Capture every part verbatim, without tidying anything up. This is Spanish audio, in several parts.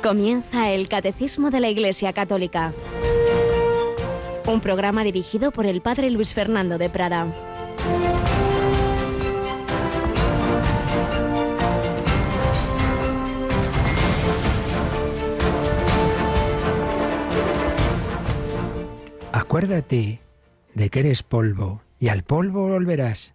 Comienza el Catecismo de la Iglesia Católica, un programa dirigido por el Padre Luis Fernando de Prada. Acuérdate de que eres polvo, y al polvo volverás.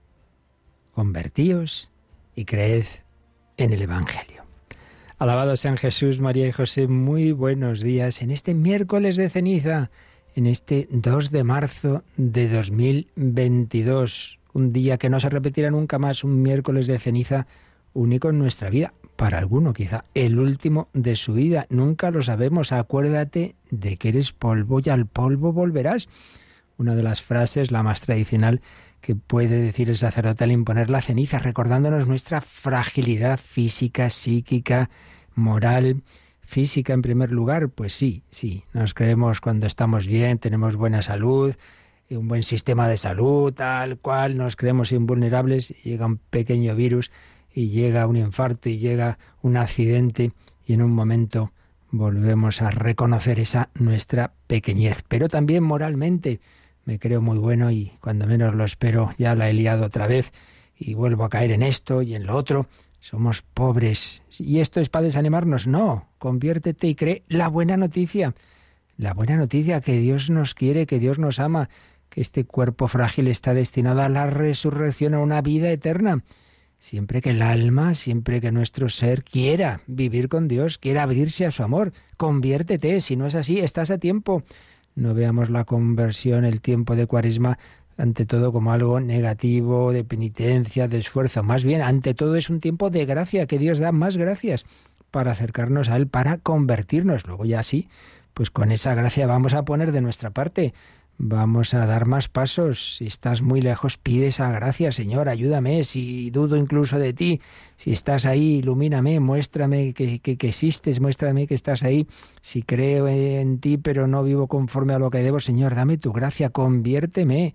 Convertíos y creed en el Evangelio. Alabados sean Jesús, María y José, muy buenos días en este miércoles de ceniza, en este dos de marzo de dos mil veintidós, un día que no se repetirá nunca más, un miércoles de ceniza único en nuestra vida, para alguno quizá el último de su vida, nunca lo sabemos. Acuérdate de que eres polvo y al polvo volverás. Una de las frases, la más tradicional, que puede decir el sacerdote al imponer la ceniza, recordándonos nuestra fragilidad física, psíquica, moral. Física en primer lugar, pues sí, sí, nos creemos cuando estamos bien, tenemos buena salud, un buen sistema de salud, tal cual, nos creemos invulnerables, y llega un pequeño virus y llega un infarto y llega un accidente y en un momento volvemos a reconocer esa nuestra pequeñez. Pero también moralmente me creo muy bueno y cuando menos lo espero ya la he liado otra vez y vuelvo a caer en esto y en lo otro. Somos pobres. ¿Y esto es para desanimarnos? No, conviértete y cree la buena noticia. La buena noticia, que Dios nos quiere, que Dios nos ama, que este cuerpo frágil está destinado a la resurrección, a una vida eterna. Siempre que el alma, siempre que nuestro ser quiera vivir con Dios, quiera abrirse a su amor, conviértete. Si no es así, estás a tiempo. No veamos la conversión, el tiempo de Cuaresma, ante todo como algo negativo, de penitencia, de esfuerzo. Más bien, ante todo es un tiempo de gracia, que Dios da más gracias para acercarnos a Él, para convertirnos. Luego ya sí, pues con esa gracia vamos a poner de nuestra parte. Vamos a dar más pasos. Si estás muy lejos, pide esa gracia, Señor, ayúdame. Si dudo incluso de ti, si estás ahí, ilumíname, muéstrame que, que, que existes, muéstrame que estás ahí. Si creo en ti, pero no vivo conforme a lo que debo, Señor, dame tu gracia, conviérteme.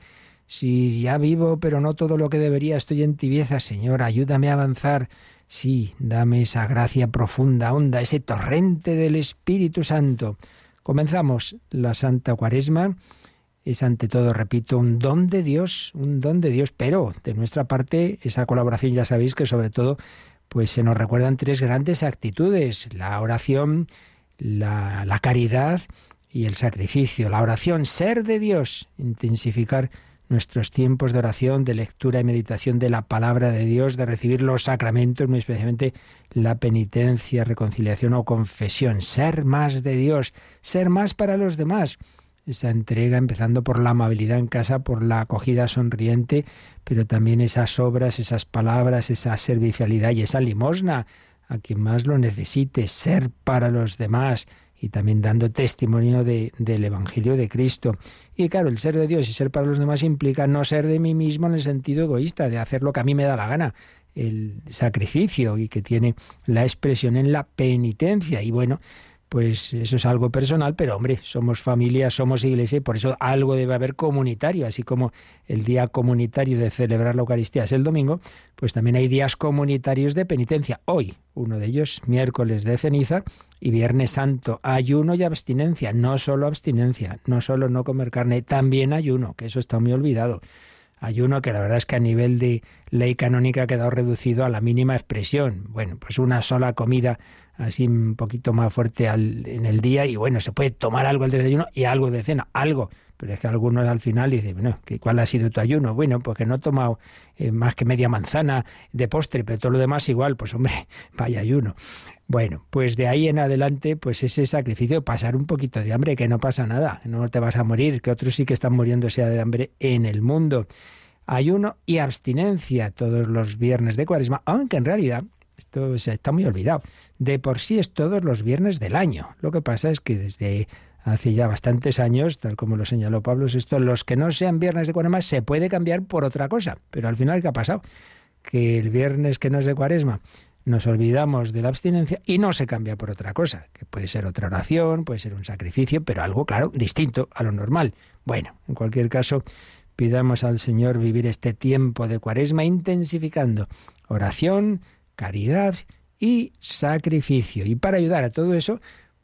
Si ya vivo, pero no todo lo que debería, estoy en tibieza, Señor, ayúdame a avanzar. Sí, dame esa gracia profunda, honda, ese torrente del Espíritu Santo. Comenzamos la Santa Cuaresma. Es ante todo, repito, un don de Dios, un don de Dios, pero de nuestra parte esa colaboración ya sabéis que sobre todo pues se nos recuerdan tres grandes actitudes: la oración, la, la caridad y el sacrificio. La oración, ser de Dios, intensificar nuestros tiempos de oración, de lectura y meditación de la palabra de Dios, de recibir los sacramentos, muy especialmente la penitencia, reconciliación o confesión. Ser más de Dios, ser más para los demás. Esa entrega, empezando por la amabilidad en casa, por la acogida sonriente, pero también esas obras, esas palabras, esa servicialidad y esa limosna a quien más lo necesite, ser para los demás y también dando testimonio de, del Evangelio de Cristo. Y claro, el ser de Dios y ser para los demás implica no ser de mí mismo en el sentido egoísta, de hacer lo que a mí me da la gana, el sacrificio, y que tiene la expresión en la penitencia. Y bueno, pues eso es algo personal, pero hombre, somos familia, somos iglesia y por eso algo debe haber comunitario, así como el día comunitario de celebrar la Eucaristía es el domingo, pues también hay días comunitarios de penitencia. Hoy, uno de ellos, miércoles de ceniza y viernes santo, ayuno y abstinencia, no solo abstinencia, no solo no comer carne, también ayuno, que eso está muy olvidado. Ayuno que la verdad es que a nivel de ley canónica ha quedado reducido a la mínima expresión. Bueno, pues una sola comida así un poquito más fuerte al, en el día, y bueno, se puede tomar algo al desayuno y algo de cena, algo. Pero es que algunos al final dicen, bueno, ¿cuál ha sido tu ayuno? Bueno, pues que no he tomado eh, más que media manzana de postre, pero todo lo demás igual, pues hombre, vaya ayuno. Bueno, pues de ahí en adelante, pues ese sacrificio, pasar un poquito de hambre, que no pasa nada, no te vas a morir, que otros sí que están muriéndose de hambre en el mundo. Ayuno y abstinencia todos los viernes de Cuaresma, aunque en realidad esto se está muy olvidado. De por sí es todos los viernes del año. Lo que pasa es que desde hace ya bastantes años, tal como lo señaló Pablo sexto, los que no sean viernes de Cuaresma se puede cambiar por otra cosa. Pero al final, ¿qué ha pasado? Que el viernes que no es de Cuaresma nos olvidamos de la abstinencia y no se cambia por otra cosa, que puede ser otra oración, puede ser un sacrificio, pero algo, claro, distinto a lo normal. Bueno, en cualquier caso, pidamos al Señor vivir este tiempo de Cuaresma intensificando oración, caridad y sacrificio. Y para ayudar a todo eso,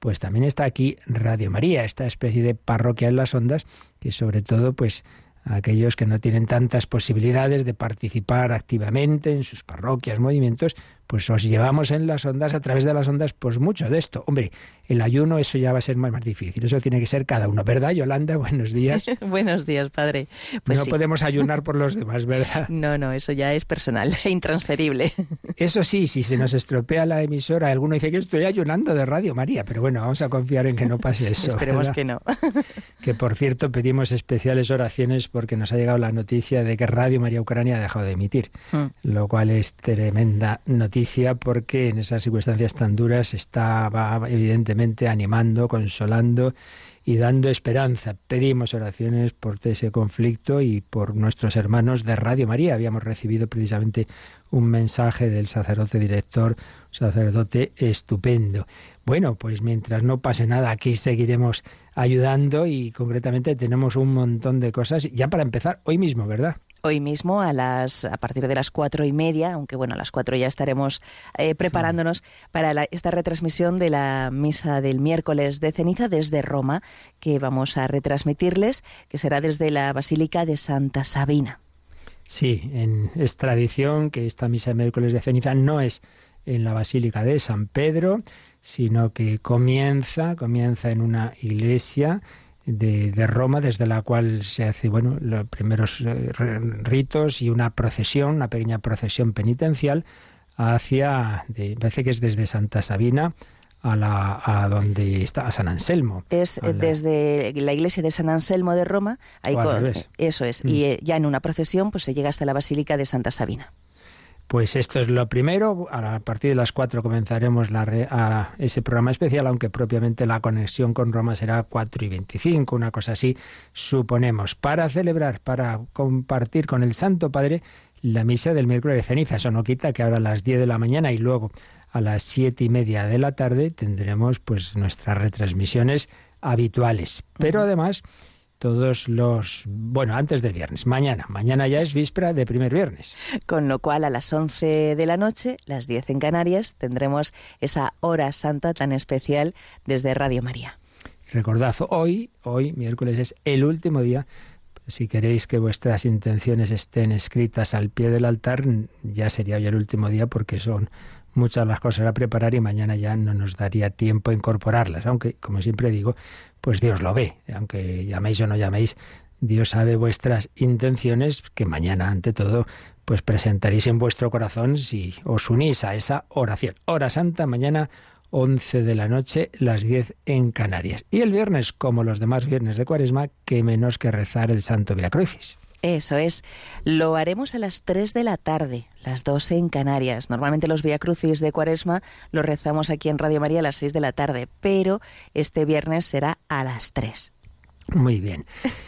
pues también está aquí Radio María, esta especie de parroquia en las ondas, que sobre todo, pues, aquellos que no tienen tantas posibilidades de participar activamente en sus parroquias, movimientos, pues os llevamos en las ondas, a través de las ondas, pues mucho de esto. Hombre, el ayuno, eso ya va a ser más, más difícil, eso tiene que ser cada uno, ¿verdad, Yolanda? Buenos días. Buenos días, padre. Pues no sí. podemos ayunar por los demás, ¿verdad? No, no, eso ya es personal, intransferible. Eso sí, si se nos estropea la emisora, alguno dice que estoy ayunando de Radio María, pero bueno, vamos a confiar en que no pase eso. Esperemos ¿verdad? que no. Que por cierto pedimos especiales oraciones porque nos ha llegado la noticia de que Radio María Ucrania ha dejado de emitir, mm. lo cual es tremenda noticia porque en esas circunstancias tan duras estaba evidentemente animando, consolando y dando esperanza. Pedimos oraciones por ese conflicto y por nuestros hermanos de Radio María. Habíamos recibido precisamente un mensaje del sacerdote director, un sacerdote estupendo. Bueno, pues mientras no pase nada, aquí seguiremos ayudando y concretamente tenemos un montón de cosas ya para empezar hoy mismo, ¿verdad? Hoy mismo a las a partir de las cuatro y media, aunque bueno, a las cuatro ya estaremos eh, preparándonos sí. para la, esta retransmisión de la misa del miércoles de ceniza desde Roma, que vamos a retransmitirles, que será desde la Basílica de Santa Sabina. Sí, en, es tradición que esta misa de miércoles de ceniza no es en la Basílica de San Pedro, sino que comienza, comienza en una iglesia De, de Roma, desde la cual se hace, bueno, los primeros eh, ritos y una procesión, una pequeña procesión penitencial hacia, de, parece que es desde Santa Sabina a la a donde está a San Anselmo. Es la... desde la iglesia de San Anselmo de Roma, ahí con, eso es, mm. y eh, ya en una procesión pues se llega hasta la Basílica de Santa Sabina. Pues esto es lo primero. A partir de las cuatro comenzaremos la re, a ese programa especial, aunque propiamente la conexión con Roma será cuatro y veinticinco, una cosa así, suponemos, para celebrar, para compartir con el Santo Padre la misa del miércoles de ceniza. Eso no quita que ahora a las diez de la mañana y luego a las siete y media de la tarde tendremos pues nuestras retransmisiones habituales. Pero además todos los... Bueno, antes del viernes, mañana. Mañana ya es víspera de primer viernes. Con lo cual, a las once de la noche, las diez en Canarias, tendremos esa hora santa tan especial desde Radio María. Recordad, hoy, hoy, miércoles, es el último día. Si queréis que vuestras intenciones estén escritas al pie del altar, ya sería hoy el último día porque son muchas las cosas a preparar y mañana ya no nos daría tiempo a incorporarlas. Aunque, como siempre digo, pues Dios lo ve. Aunque llaméis o no llaméis, Dios sabe vuestras intenciones, que mañana, ante todo, pues presentaréis en vuestro corazón si os unís a esa oración. Hora Santa, mañana once de la noche, las diez en Canarias. Y el viernes, como los demás viernes de Cuaresma, qué menos que rezar el Santo Via Crucis. Eso es. Lo haremos a las tres de la tarde, las doce en Canarias. Normalmente los Via Crucis de Cuaresma los rezamos aquí en Radio María a las seis de la tarde, pero este viernes será a las tres. Muy bien.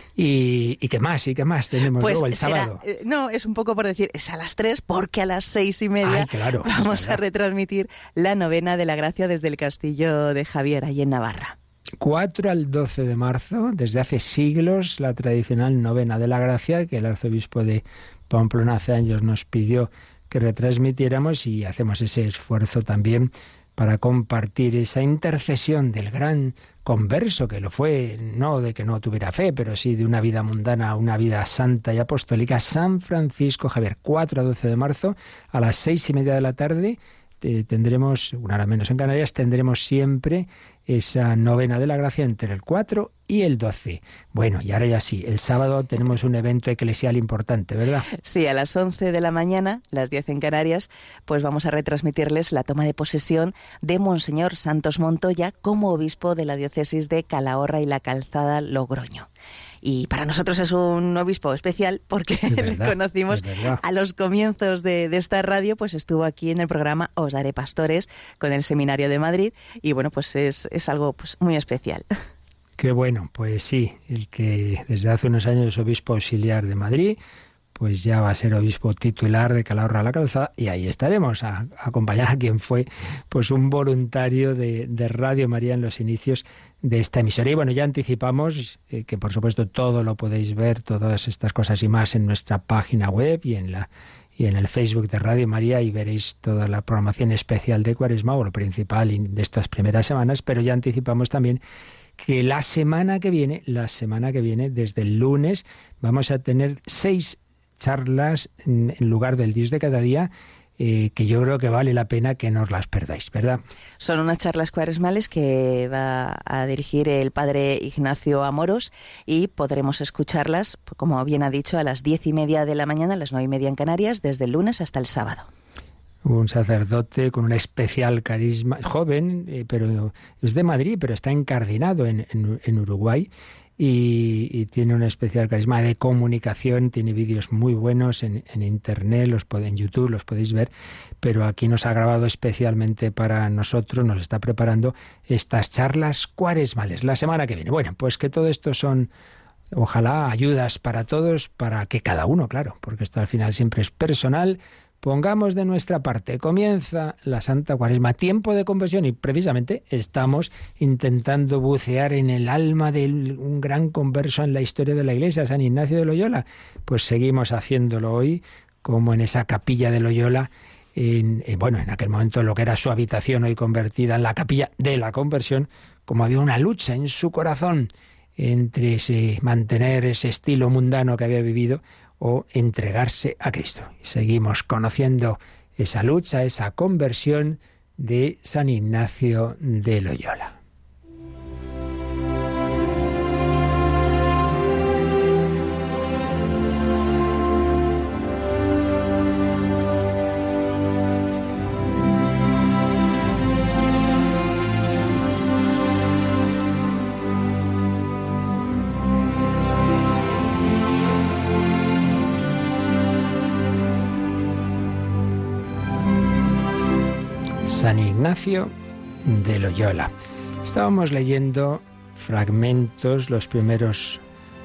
¿Y, y qué más? ¿Y qué más tenemos pues luego el será, sábado? Eh, no, es un poco por decir, es a las tres, porque a las seis y media Ay, claro, vamos claro. a retransmitir la novena de la Gracia desde el Castillo de Javier, allí en Navarra. cuatro al doce de marzo, desde hace siglos, la tradicional novena de la Gracia, que el arzobispo de Pamplona hace años nos pidió que retransmitiéramos, y hacemos ese esfuerzo también para compartir esa intercesión del gran converso, que lo fue, no de que no tuviera fe, pero sí de una vida mundana a una vida santa y apostólica, San Francisco Javier. cuatro a doce de marzo, a las seis y media de la tarde, eh, tendremos, una hora menos en Canarias, tendremos siempre esa novena de la Gracia entre el cuatro y el doce. Bueno, y ahora ya sí, el sábado tenemos un evento eclesial importante, ¿verdad? Sí, a las once de la mañana, las diez en Canarias, pues vamos a retransmitirles la toma de posesión de Monseñor Santos Montoya como obispo de la diócesis de Calahorra y La Calzada, Logroño. Y para nosotros es un obispo especial porque le conocimos a los comienzos de, de esta radio, pues estuvo aquí en el programa Os Daré Pastores con el Seminario de Madrid y bueno, pues es, es algo pues muy especial. Qué bueno, pues sí, el que desde hace unos años es obispo auxiliar de Madrid, pues ya va a ser obispo titular de Calahorra La Calzada y ahí estaremos a, a acompañar a quien fue pues un voluntario de, de Radio María en los inicios de esta emisora. Y bueno, ya anticipamos eh, que por supuesto todo lo podéis ver, todas estas cosas y más en nuestra página web y en la y en el Facebook de Radio María, y veréis toda la programación especial de Cuaresma, o lo principal de estas primeras semanas, pero ya anticipamos también que la semana que viene, la semana que viene, desde el lunes, vamos a tener seis charlas en, en lugar del diez de cada día, eh, que yo creo que vale la pena que no os las perdáis, ¿verdad? Son unas charlas cuaresmales que va a dirigir el padre Ignacio Amoros y podremos escucharlas, como bien ha dicho, a las diez y media de la mañana, a las nueve y media en Canarias, desde el lunes hasta el sábado. Un sacerdote con un especial carisma, joven, eh, pero es de Madrid, pero está encardinado en, en, en Uruguay, y, y tiene un especial carisma de comunicación, tiene vídeos muy buenos en, en internet, los pod- en YouTube los podéis ver, pero aquí nos ha grabado especialmente para nosotros, nos está preparando estas charlas cuaresmales la semana que viene. Bueno, pues que todo esto son, ojalá, ayudas para todos, para que cada uno, claro, porque esto al final siempre es personal, pongamos de nuestra parte. Comienza la Santa Cuaresma, tiempo de conversión, y precisamente estamos intentando bucear en el alma de un gran converso en la historia de la Iglesia, San Ignacio de Loyola. Pues seguimos haciéndolo hoy, como en esa capilla de Loyola, en, en, bueno, en aquel momento lo que era su habitación, hoy convertida en la capilla de la conversión, como había una lucha en su corazón entre ese, mantener ese estilo mundano que había vivido o entregarse a Cristo. Y seguimos conociendo esa lucha, esa conversión de San Ignacio de Loyola. San Ignacio de Loyola. Estábamos leyendo fragmentos, los primeros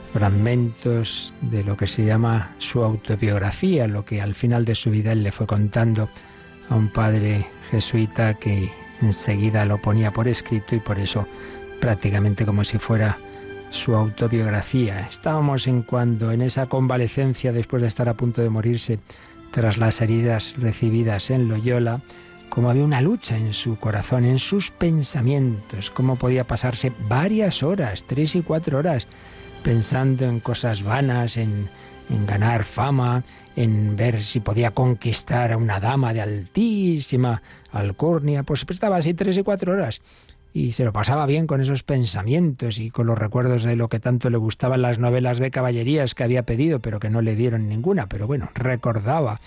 fragmentos de lo que se llama su autobiografía, lo que al final de su vida él le fue contando a un padre jesuita que enseguida lo ponía por escrito, y por eso prácticamente como si fuera su autobiografía. Estábamos en cuando en esa convalecencia, después de estar a punto de morirse tras las heridas recibidas en Loyola, cómo había una lucha en su corazón, en sus pensamientos, cómo podía pasarse varias horas, tres y cuatro horas, pensando en cosas vanas, en, en ganar fama, en ver si podía conquistar a una dama de altísima alcurnia. Pues estaba así tres y cuatro horas y se lo pasaba bien con esos pensamientos y con los recuerdos de lo que tanto le gustaban las novelas de caballerías que había pedido, pero que no le dieron ninguna. Pero bueno, recordaba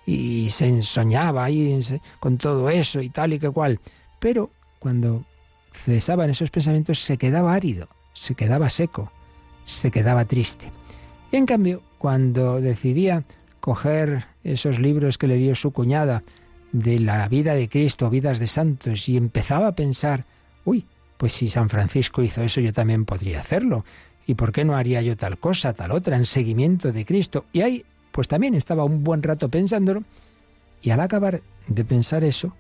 y se ensoñaba ahí con todo eso y tal y que cual. Pero cuando cesaban esos pensamientos se quedaba árido, se quedaba seco, se quedaba triste. Y en cambio, cuando decidía coger esos libros que le dio su cuñada de la vida de Cristo, vidas de santos, y empezaba a pensar, uy, pues si San Francisco hizo eso, yo también podría hacerlo. ¿Y por qué no haría yo tal cosa, tal otra, en seguimiento de Cristo? Y ahí pues también estaba un buen rato pensándolo, y al acabar de pensar eso,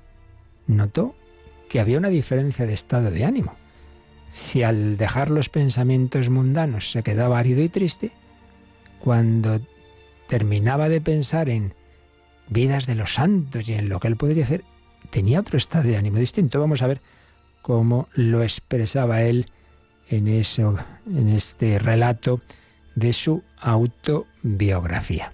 notó que había una diferencia de estado de ánimo. Si al dejar los pensamientos mundanos se quedaba árido y triste, cuando terminaba de pensar en vidas de los santos y en lo que él podría hacer, tenía otro estado de ánimo distinto. Vamos a ver cómo lo expresaba él en eso, en este relato de su autobiografía.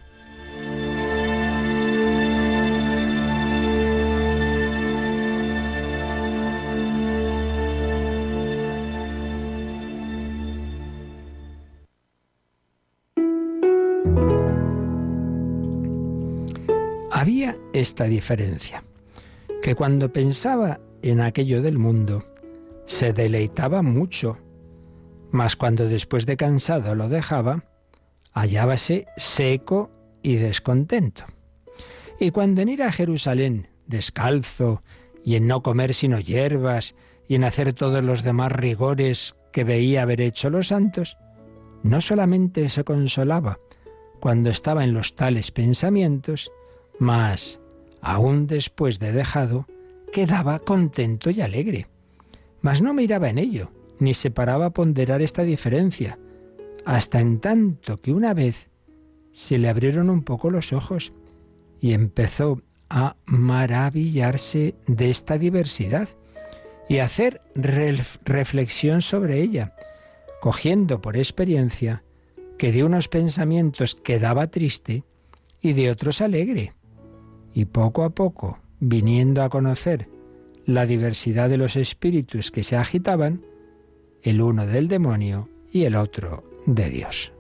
Había esta diferencia, que cuando pensaba en aquello del mundo, se deleitaba mucho, mas cuando después de cansado lo dejaba, hallábase seco y descontento. Y cuando en ir a Jerusalén descalzo, y en no comer sino hierbas, y en hacer todos los demás rigores que veía haber hecho los santos, no solamente se consolaba cuando estaba en los tales pensamientos, mas, aún después de dejado, quedaba contento y alegre. Mas no miraba en ello, ni se paraba a ponderar esta diferencia, hasta en tanto que una vez se le abrieron un poco los ojos, y empezó a maravillarse de esta diversidad y a hacer reflexión sobre ella, cogiendo por experiencia que de unos pensamientos quedaba triste y de otros alegre, y poco a poco, viniendo a conocer la diversidad de los espíritus que se agitaban, el uno del demonio y el otro de Dios.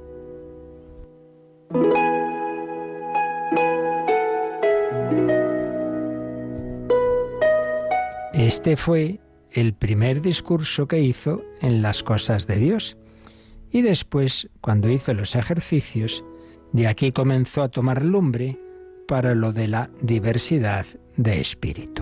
Este fue el primer discurso que hizo en las cosas de Dios. Y después, cuando hizo los ejercicios, de aquí comenzó a tomar lumbre para lo de la diversidad de espíritu.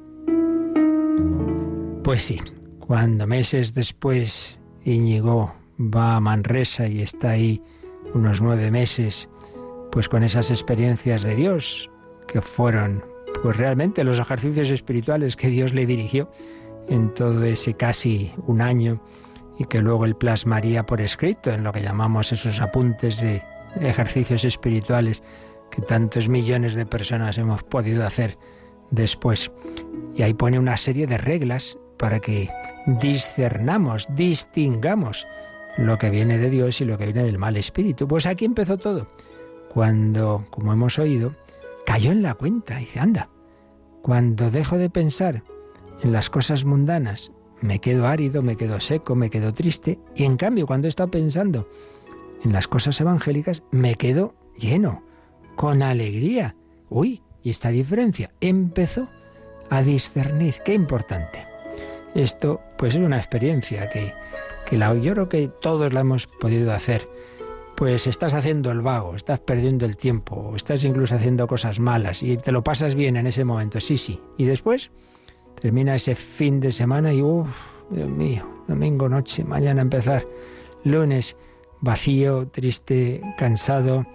Pues sí, cuando meses después Íñigo va a Manresa y está ahí unos nueve meses, pues con esas experiencias de Dios, que fueron pues realmente los ejercicios espirituales que Dios le dirigió en todo ese casi un año, y que luego él plasmaría por escrito en lo que llamamos esos apuntes de ejercicios espirituales que tantos millones de personas hemos podido hacer después. Y ahí pone una serie de reglas para que discernamos, distingamos lo que viene de Dios y lo que viene del mal espíritu. Pues aquí empezó todo. Cuando, como hemos oído, cayó en la cuenta. Dice, anda, cuando dejo de pensar en las cosas mundanas, me quedo árido, me quedo seco, me quedo triste. Y en cambio, cuando he estado pensando en las cosas evangélicas, me quedo lleno, con alegría. Uy, y esta diferencia empezó a discernir. Qué importante. Esto, pues, es una experiencia que, que la, yo creo que todos la hemos podido hacer. Pues estás haciendo el vago, estás perdiendo el tiempo, estás incluso haciendo cosas malas y te lo pasas bien en ese momento, sí, sí. Y después termina ese fin de semana y, uff, Dios mío, domingo noche, mañana empezar, lunes, vacío, triste, cansado,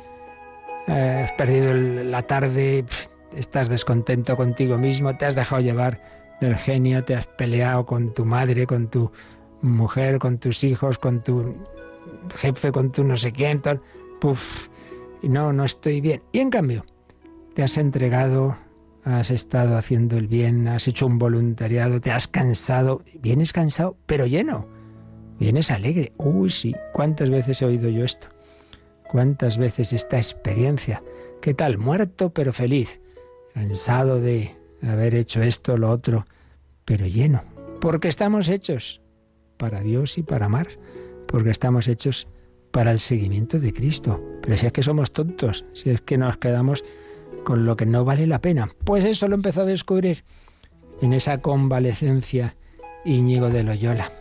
eh, has perdido el, la tarde, estás descontento contigo mismo, te has dejado llevar del genio, te has peleado con tu madre, con tu mujer, con tus hijos, con tu jefe, con tu no sé quién, tal, puf, y no, no estoy bien. Y en cambio, te has entregado, has estado haciendo el bien, has hecho un voluntariado, te has cansado, vienes cansado, pero lleno, vienes alegre. Uy, sí, ¿cuántas veces he oído yo esto? ¿Cuántas veces esta experiencia? ¿Qué tal? Muerto, pero feliz, cansado de haber hecho esto, lo otro, pero lleno, porque estamos hechos para Dios y para amar, porque estamos hechos para el seguimiento de Cristo. Pero si es que somos tontos, si es que nos quedamos con lo que no vale la pena. Pues eso lo empezó a descubrir en esa convalecencia Íñigo de Loyola.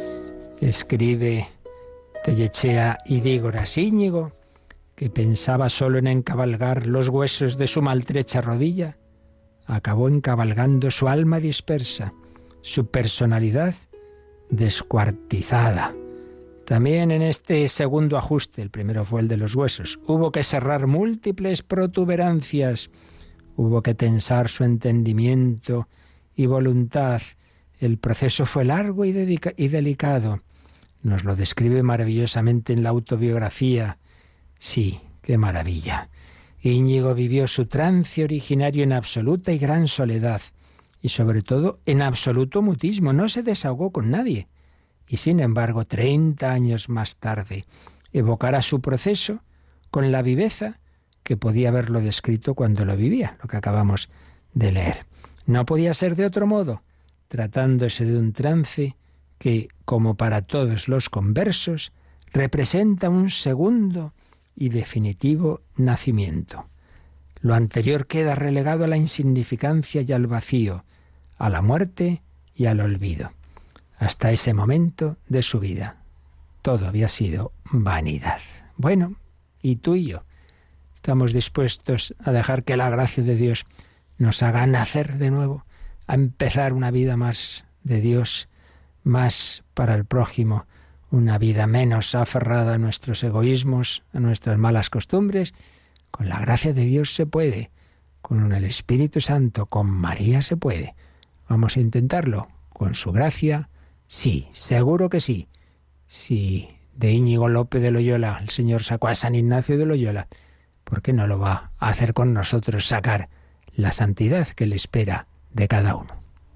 Escribe Tellechea y Dígoras: Íñigo, que pensaba solo en encabalgar los huesos de su maltrecha rodilla, acabó encabalgando su alma dispersa, su personalidad descuartizada. También en este segundo ajuste, el primero fue el de los huesos, hubo que cerrar múltiples protuberancias, hubo que tensar su entendimiento y voluntad. El proceso fue largo y, dedica- y delicado. Nos lo describe maravillosamente en la autobiografía. Sí, qué maravilla. Íñigo vivió su trance originario en absoluta y gran soledad, y sobre todo en absoluto mutismo. No se desahogó con nadie. Y sin embargo, treinta años más tarde, evocará su proceso con la viveza que podía haberlo descrito cuando lo vivía, lo que acabamos de leer. No podía ser de otro modo, tratándose de un trance que, como para todos los conversos, representa un segundo y definitivo nacimiento. Lo anterior queda relegado a la insignificancia y al vacío, a la muerte y al olvido. Hasta ese momento de su vida, todo había sido vanidad. Bueno, y tú y yo, ¿estamos dispuestos a dejar que la gracia de Dios nos haga nacer de nuevo, a empezar una vida más de Dios, más para el prójimo, una vida menos aferrada a nuestros egoísmos, a nuestras malas costumbres? Con la gracia de Dios se puede, con el Espíritu Santo, con María se puede. Vamos a intentarlo, con su gracia. Sí, seguro que sí. Si de Íñigo López de Loyola el Señor sacó a San Ignacio de Loyola, ¿por qué no lo va a hacer con nosotros, sacar la santidad que le espera de cada uno?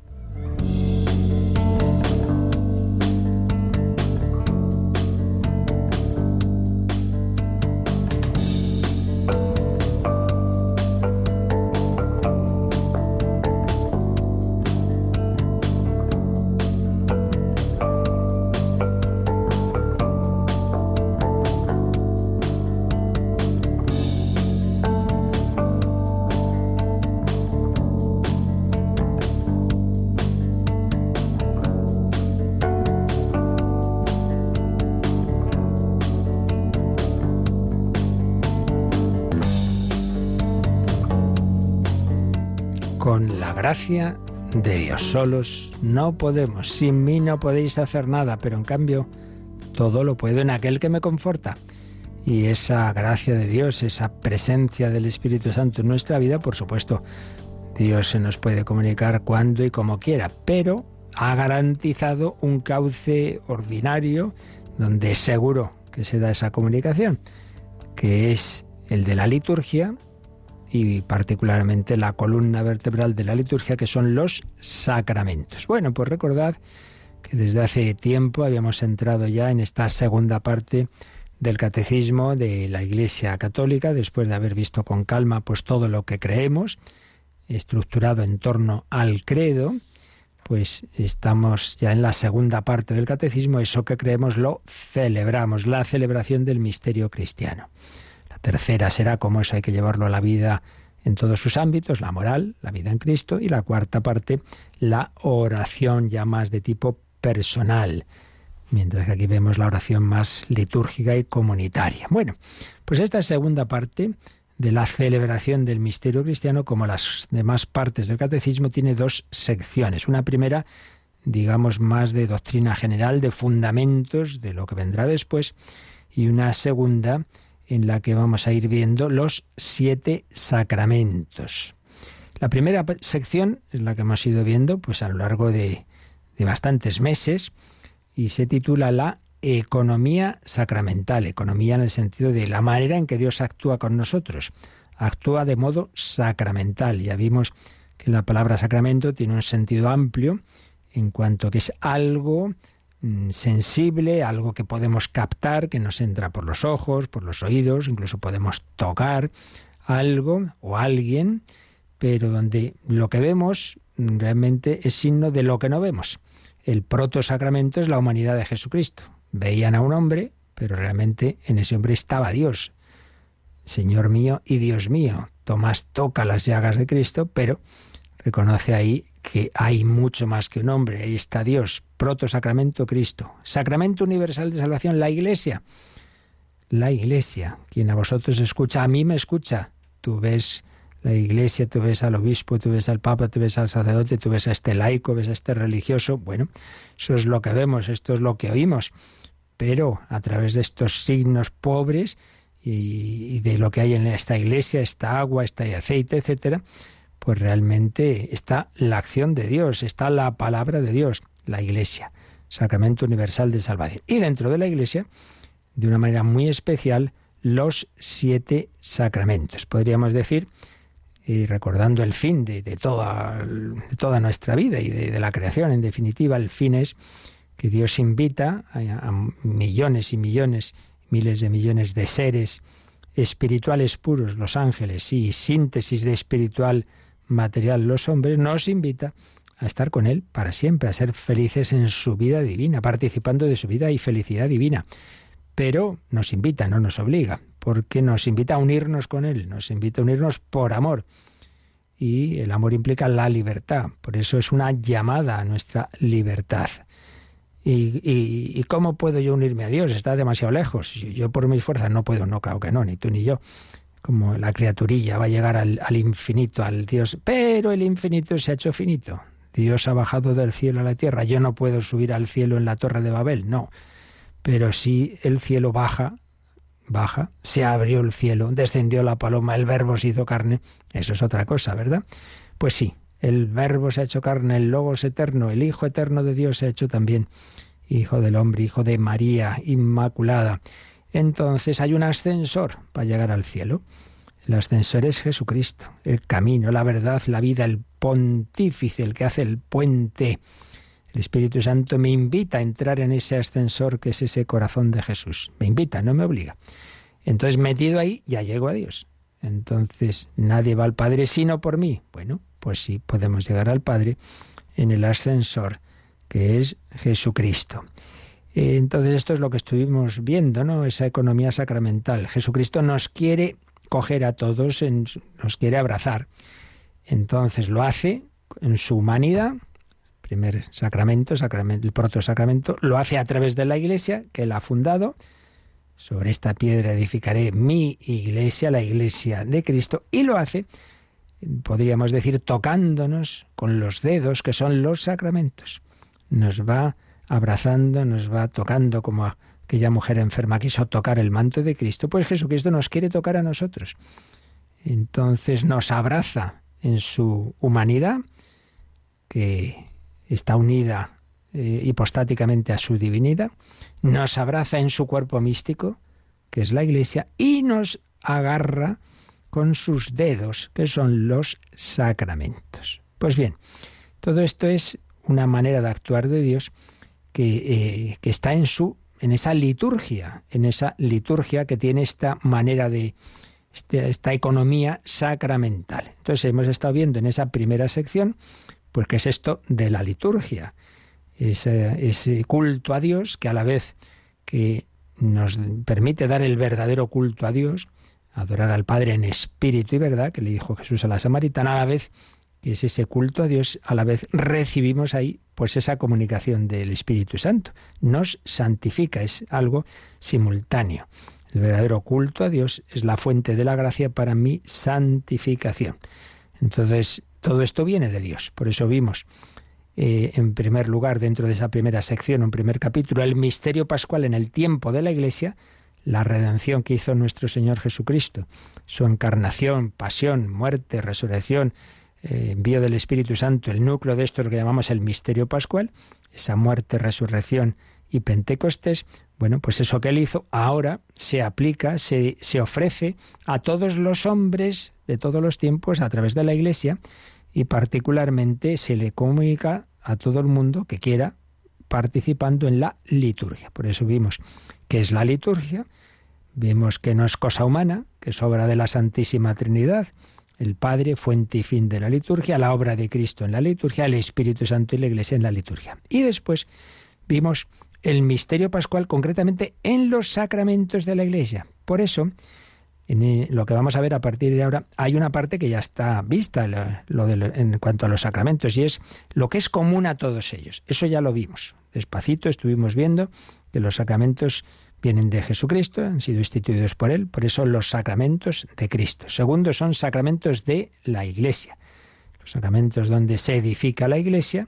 Con la gracia de Dios. Solos no podemos, sin mí no podéis hacer nada, pero en cambio todo lo puedo en aquel que me conforta. Y esa gracia de Dios, esa presencia del Espíritu Santo en nuestra vida, por supuesto, Dios se nos puede comunicar cuando y como quiera, pero ha garantizado un cauce ordinario donde es seguro que se da esa comunicación, que es el de la liturgia, y particularmente la columna vertebral de la liturgia, que son los sacramentos. Bueno, pues recordad que desde hace tiempo habíamos entrado ya en esta segunda parte del Catecismo de la Iglesia Católica, después de haber visto con calma pues todo lo que creemos, estructurado en torno al credo. Pues estamos ya en la segunda parte del Catecismo, eso que creemos lo celebramos, la celebración del misterio cristiano. Tercera será cómo eso hay que llevarlo a la vida en todos sus ámbitos, la moral, la vida en Cristo, y la cuarta parte, la oración ya más de tipo personal, mientras que aquí vemos la oración más litúrgica y comunitaria. Bueno, pues esta segunda parte de la celebración del misterio cristiano, como las demás partes del catecismo, tiene dos secciones. Una primera, digamos, más de doctrina general, de fundamentos de lo que vendrá después, y una segunda en la que vamos a ir viendo los siete sacramentos. La primera sección es la que hemos ido viendo pues a lo largo de, de bastantes meses y se titula La economía sacramental, economía en el sentido de la manera en que Dios actúa con nosotros. Actúa de modo sacramental. Ya vimos que la palabra sacramento tiene un sentido amplio en cuanto que es algo sensible, algo que podemos captar, que nos entra por los ojos, por los oídos, incluso podemos tocar algo o alguien, pero donde lo que vemos realmente es signo de lo que no vemos. El protosacramento es la humanidad de Jesucristo. Veían a un hombre, pero realmente en ese hombre estaba Dios. Señor mío y Dios mío. Tomás toca las llagas de Cristo, pero reconoce ahí que hay mucho más que un hombre. Ahí está Dios. Protosacramento, Cristo. Sacramento universal de salvación, la Iglesia. La Iglesia. Quien a vosotros escucha, a mí me escucha. Tú ves la Iglesia, tú ves al obispo, tú ves al papa, tú ves al sacerdote, tú ves a este laico, ves a este religioso. Bueno, eso es lo que vemos, esto es lo que oímos. Pero a través de estos signos pobres y, y de lo que hay en esta Iglesia, esta agua, este aceite, etcétera, pues realmente está la acción de Dios, está la palabra de Dios, la Iglesia, Sacramento Universal de Salvación. Y dentro de la Iglesia, de una manera muy especial, los siete sacramentos. Podríamos decir, y recordando el fin de, de, toda, de toda nuestra vida y de, de la creación, en definitiva, el fin es que Dios invita a, a millones y millones, miles de millones de seres espirituales puros, los ángeles, y síntesis de espiritual material, los hombres, nos invita a estar con Él para siempre, a ser felices en su vida divina, participando de su vida y felicidad divina. Pero nos invita, no nos obliga, porque nos invita a unirnos con Él, nos invita a unirnos por amor. Y el amor implica la libertad, por eso es una llamada a nuestra libertad. ¿Y, y, y cómo puedo yo unirme a Dios? Está demasiado lejos. Yo por mis fuerzas no puedo, no, claro que no, ni tú ni yo. Como la criaturilla va a llegar al, al infinito, al Dios. Pero el infinito se ha hecho finito. Dios ha bajado del cielo a la tierra. Yo no puedo subir al cielo en la Torre de Babel, no. Pero si el cielo baja, baja, se abrió el cielo, descendió la paloma, el Verbo se hizo carne, eso es otra cosa, ¿verdad? Pues sí, el Verbo se ha hecho carne, el Logos eterno, el Hijo eterno de Dios se ha hecho también Hijo del hombre, Hijo de María Inmaculada. Entonces hay un ascensor para llegar al cielo. El ascensor es Jesucristo, el camino, la verdad, la vida, el pontífice, el que hace el puente. El Espíritu Santo me invita a entrar en ese ascensor que es ese corazón de Jesús. Me invita, no me obliga. Entonces, metido ahí, ya llego a Dios. Entonces, nadie va al Padre sino por mí. Bueno, pues sí, podemos llegar al Padre en el ascensor, que es Jesucristo. Entonces, esto es lo que estuvimos viendo, ¿no? Esa economía sacramental. Jesucristo nos quiere coger a todos, en, nos quiere abrazar. Entonces lo hace en su humanidad, primer sacramento, sacramento, el protosacramento, lo hace a través de la Iglesia, que él ha fundado. Sobre esta piedra edificaré mi Iglesia, la Iglesia de Cristo, y lo hace, podríamos decir, tocándonos con los dedos, que son los sacramentos. Nos va abrazando, nos va tocando como a aquella mujer enferma quiso tocar el manto de Cristo, pues Jesucristo nos quiere tocar a nosotros. Entonces nos abraza en su humanidad, que está unida eh, hipostáticamente a su divinidad, nos abraza en su cuerpo místico, que es la Iglesia, y nos agarra con sus dedos, que son los sacramentos. Pues bien, todo esto es una manera de actuar de Dios que, eh, que está en su en esa liturgia, en esa liturgia que tiene esta manera de, este, esta economía sacramental. Entonces hemos estado viendo en esa primera sección, pues qué es esto de la liturgia, ese, ese culto a Dios que a la vez que nos permite dar el verdadero culto a Dios, adorar al Padre en espíritu y verdad, que le dijo Jesús a la samaritana, a la vez que es ese culto a Dios, a la vez recibimos ahí pues esa comunicación del Espíritu Santo. Nos santifica, es algo simultáneo. El verdadero culto a Dios es la fuente de la gracia para mi santificación. Entonces, todo esto viene de Dios. Por eso vimos, eh, en primer lugar, dentro de esa primera sección, un primer capítulo, el misterio pascual en el tiempo de la Iglesia, la redención que hizo nuestro Señor Jesucristo, su encarnación, pasión, muerte, resurrección, Eh, envío del Espíritu Santo, el núcleo de esto es lo que llamamos el misterio pascual, esa muerte, resurrección y Pentecostés. Bueno, pues eso que él hizo ahora se aplica, se, se ofrece a todos los hombres de todos los tiempos a través de la Iglesia, y particularmente se le comunica a todo el mundo que quiera, participando en la liturgia. Por eso vimos que es la liturgia, vimos que no es cosa humana, que es obra de la Santísima Trinidad, el Padre, fuente y fin de la liturgia, la obra de Cristo en la liturgia, el Espíritu Santo y la Iglesia en la liturgia. Y después vimos el misterio pascual concretamente en los sacramentos de la Iglesia. Por eso, en lo que vamos a ver a partir de ahora, hay una parte que ya está vista lo, lo de, en cuanto a los sacramentos, y es lo que es común a todos ellos. Eso ya lo vimos. Despacito estuvimos viendo que los sacramentos vienen de Jesucristo, han sido instituidos por Él, por eso los sacramentos de Cristo. Segundo, son sacramentos de la Iglesia, los sacramentos donde se edifica la Iglesia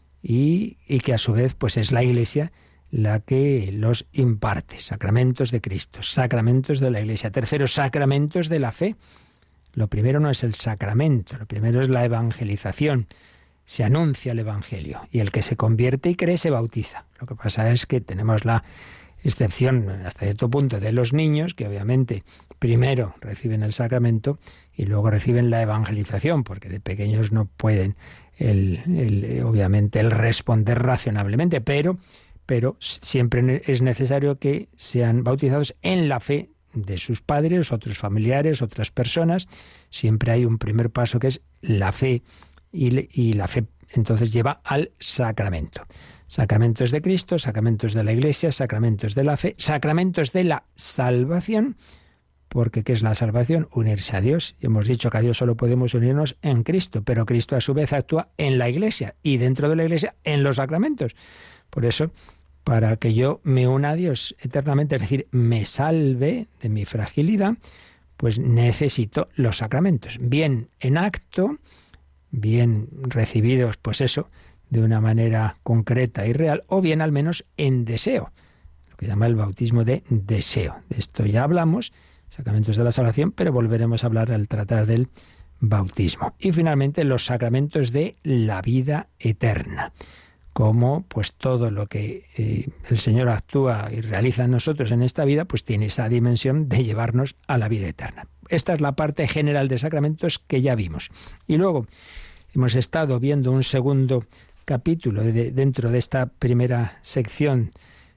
y, y que a su vez pues es la Iglesia la que los imparte. Sacramentos de Cristo, sacramentos de la Iglesia. Tercero, sacramentos de la fe. Lo primero no es el sacramento, lo primero es la evangelización. Se anuncia el Evangelio y el que se convierte y cree se bautiza. Lo que pasa es que tenemos la excepción hasta cierto punto de los niños, que obviamente primero reciben el sacramento y luego reciben la evangelización, porque de pequeños no pueden el, el, obviamente el responder razonablemente, pero, pero siempre es necesario que sean bautizados en la fe de sus padres, otros familiares, otras personas. Siempre hay un primer paso que es la fe, y, y la fe entonces lleva al sacramento. Sacramentos de Cristo, sacramentos de la Iglesia, sacramentos de la fe, sacramentos de la salvación, porque ¿qué es la salvación? Unirse a Dios. Y hemos dicho que a Dios solo podemos unirnos en Cristo, pero Cristo a su vez actúa en la Iglesia y dentro de la Iglesia en los sacramentos. Por eso, para que yo me una a Dios eternamente, es decir, me salve de mi fragilidad, pues necesito los sacramentos. Bien en acto, bien recibidos, pues eso, de una manera concreta y real, o bien al menos en deseo, lo que se llama el bautismo de deseo. De esto ya hablamos, sacramentos de la salvación, pero volveremos a hablar al tratar del bautismo. Y finalmente los sacramentos de la vida eterna, como pues todo lo que eh, el Señor actúa y realiza en nosotros en esta vida, pues tiene esa dimensión de llevarnos a la vida eterna. Esta es la parte general de sacramentos que ya vimos. Y luego hemos estado viendo un segundo capítulo de, dentro de esta primera sección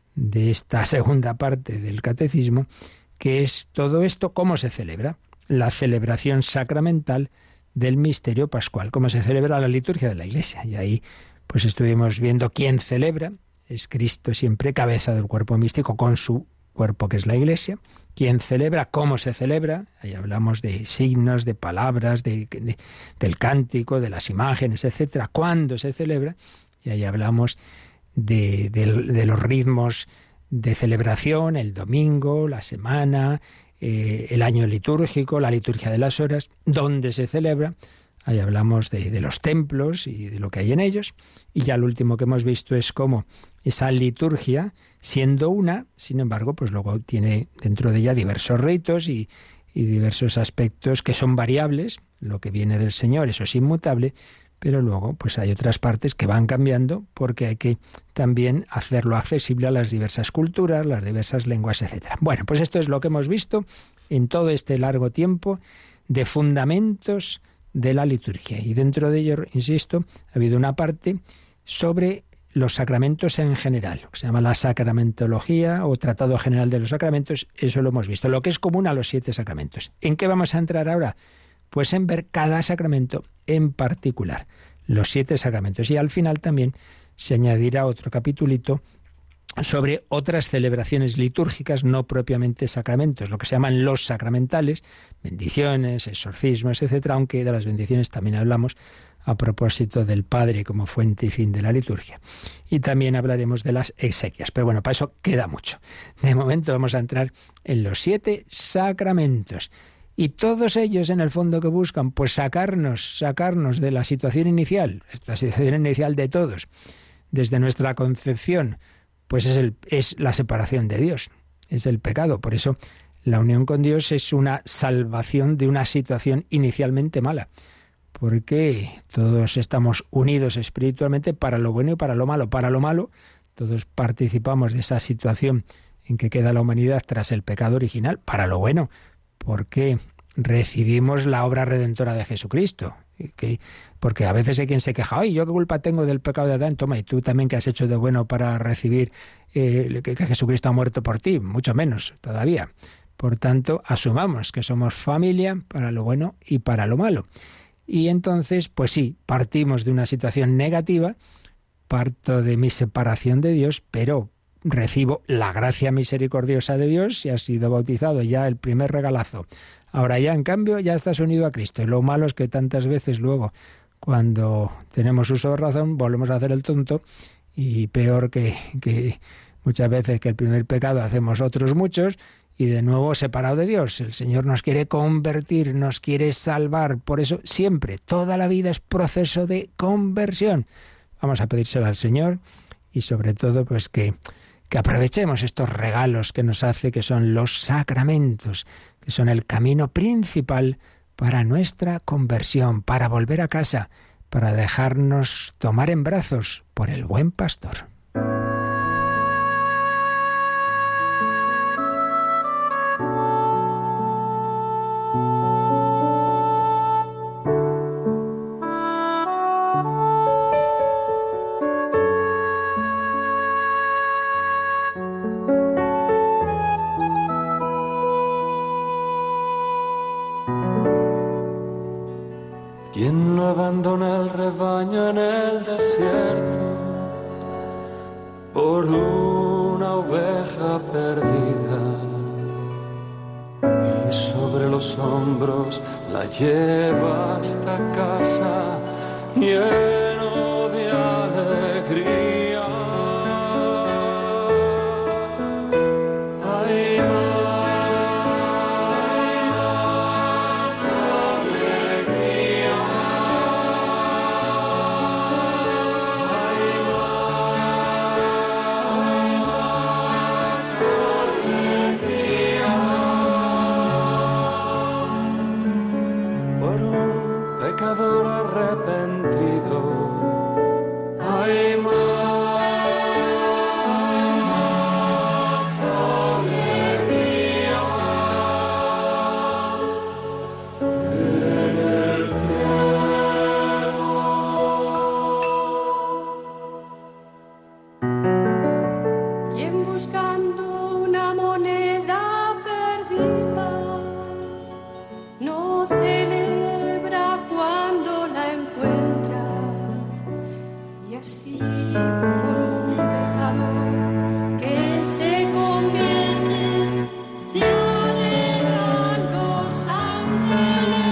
de esta segunda parte del catecismo, que es todo esto, cómo se celebra, la celebración sacramental del misterio pascual, cómo se celebra la liturgia de la Iglesia. Y ahí pues estuvimos viendo quién celebra, es Cristo siempre cabeza del cuerpo místico con su cuerpo que es la Iglesia. Quién celebra, cómo se celebra, ahí hablamos de signos, de palabras, de, de, del cántico, de las imágenes, etcétera. Cuándo se celebra, y ahí hablamos de, de, de los ritmos de celebración, el domingo, la semana, eh, el año litúrgico, la liturgia de las horas, dónde se celebra. Ahí hablamos de, de los templos y de lo que hay en ellos. Y ya lo último que hemos visto es cómo esa liturgia, siendo una, sin embargo, pues luego tiene dentro de ella diversos ritos y, y diversos aspectos que son variables. Lo que viene del Señor, eso es inmutable, pero luego pues hay otras partes que van cambiando porque hay que también hacerlo accesible a las diversas culturas, las diversas lenguas, etcétera. Bueno, pues esto es lo que hemos visto en todo este largo tiempo de fundamentos de la liturgia. Y dentro de ello, insisto, ha habido una parte sobre los sacramentos en general, lo que se llama la sacramentología o tratado general de los sacramentos. Eso lo hemos visto, lo que es común a los siete sacramentos. ¿En qué vamos a entrar ahora? Pues en ver cada sacramento en particular, los siete sacramentos. Y al final también se añadirá otro capitulito sobre otras celebraciones litúrgicas, no propiamente sacramentos, lo que se llaman los sacramentales, bendiciones, exorcismos, etcétera, aunque de las bendiciones también hablamos a propósito del Padre como fuente y fin de la liturgia. Y también hablaremos de las exequias, pero bueno, para eso queda mucho. De momento vamos a entrar en los siete sacramentos. Y todos ellos, en el fondo, que buscan, pues sacarnos, sacarnos de la situación inicial, la situación inicial de todos, desde nuestra concepción, pues es, el, es la separación de Dios, es el pecado. Por eso la unión con Dios es una salvación de una situación inicialmente mala, porque todos estamos unidos espiritualmente para lo bueno y para lo malo. Para lo malo, todos participamos de esa situación en que queda la humanidad tras el pecado original. Para lo bueno, porque recibimos la obra redentora de Jesucristo. Que, porque a veces hay quien se queja, ay, ¿yo qué culpa tengo del pecado de Adán? Toma, ¿y tú también qué has hecho de bueno para recibir eh, que, que Jesucristo ha muerto por ti? Mucho menos todavía. Por tanto, asumamos que somos familia para lo bueno y para lo malo. Y entonces, pues sí, partimos de una situación negativa, parto de mi separación de Dios, pero recibo la gracia misericordiosa de Dios, si has sido bautizado, ya el primer regalazo. Ahora ya, en cambio, ya estás unido a Cristo. Y lo malo es que tantas veces luego, cuando tenemos uso de razón, volvemos a hacer el tonto, y peor que, que muchas veces que el primer pecado hacemos otros muchos, y de nuevo separado de Dios. El Señor nos quiere convertir, nos quiere salvar. Por eso siempre, toda la vida es proceso de conversión. Vamos a pedírselo al Señor y sobre todo pues que, que aprovechemos estos regalos que nos hace, que son los sacramentos, que son el camino principal para nuestra conversión, para volver a casa, para dejarnos tomar en brazos por el buen pastor. ¿Quién no abandona el rebaño en el desierto por una oveja perdida? Y sobre los hombros la lleva hasta casa lleno de alegría. Arrepentido, ay, ven buscando una moneda perdida, no celebra cuando la encuentra, y así por un pecador que se convierte se alegran los ángeles.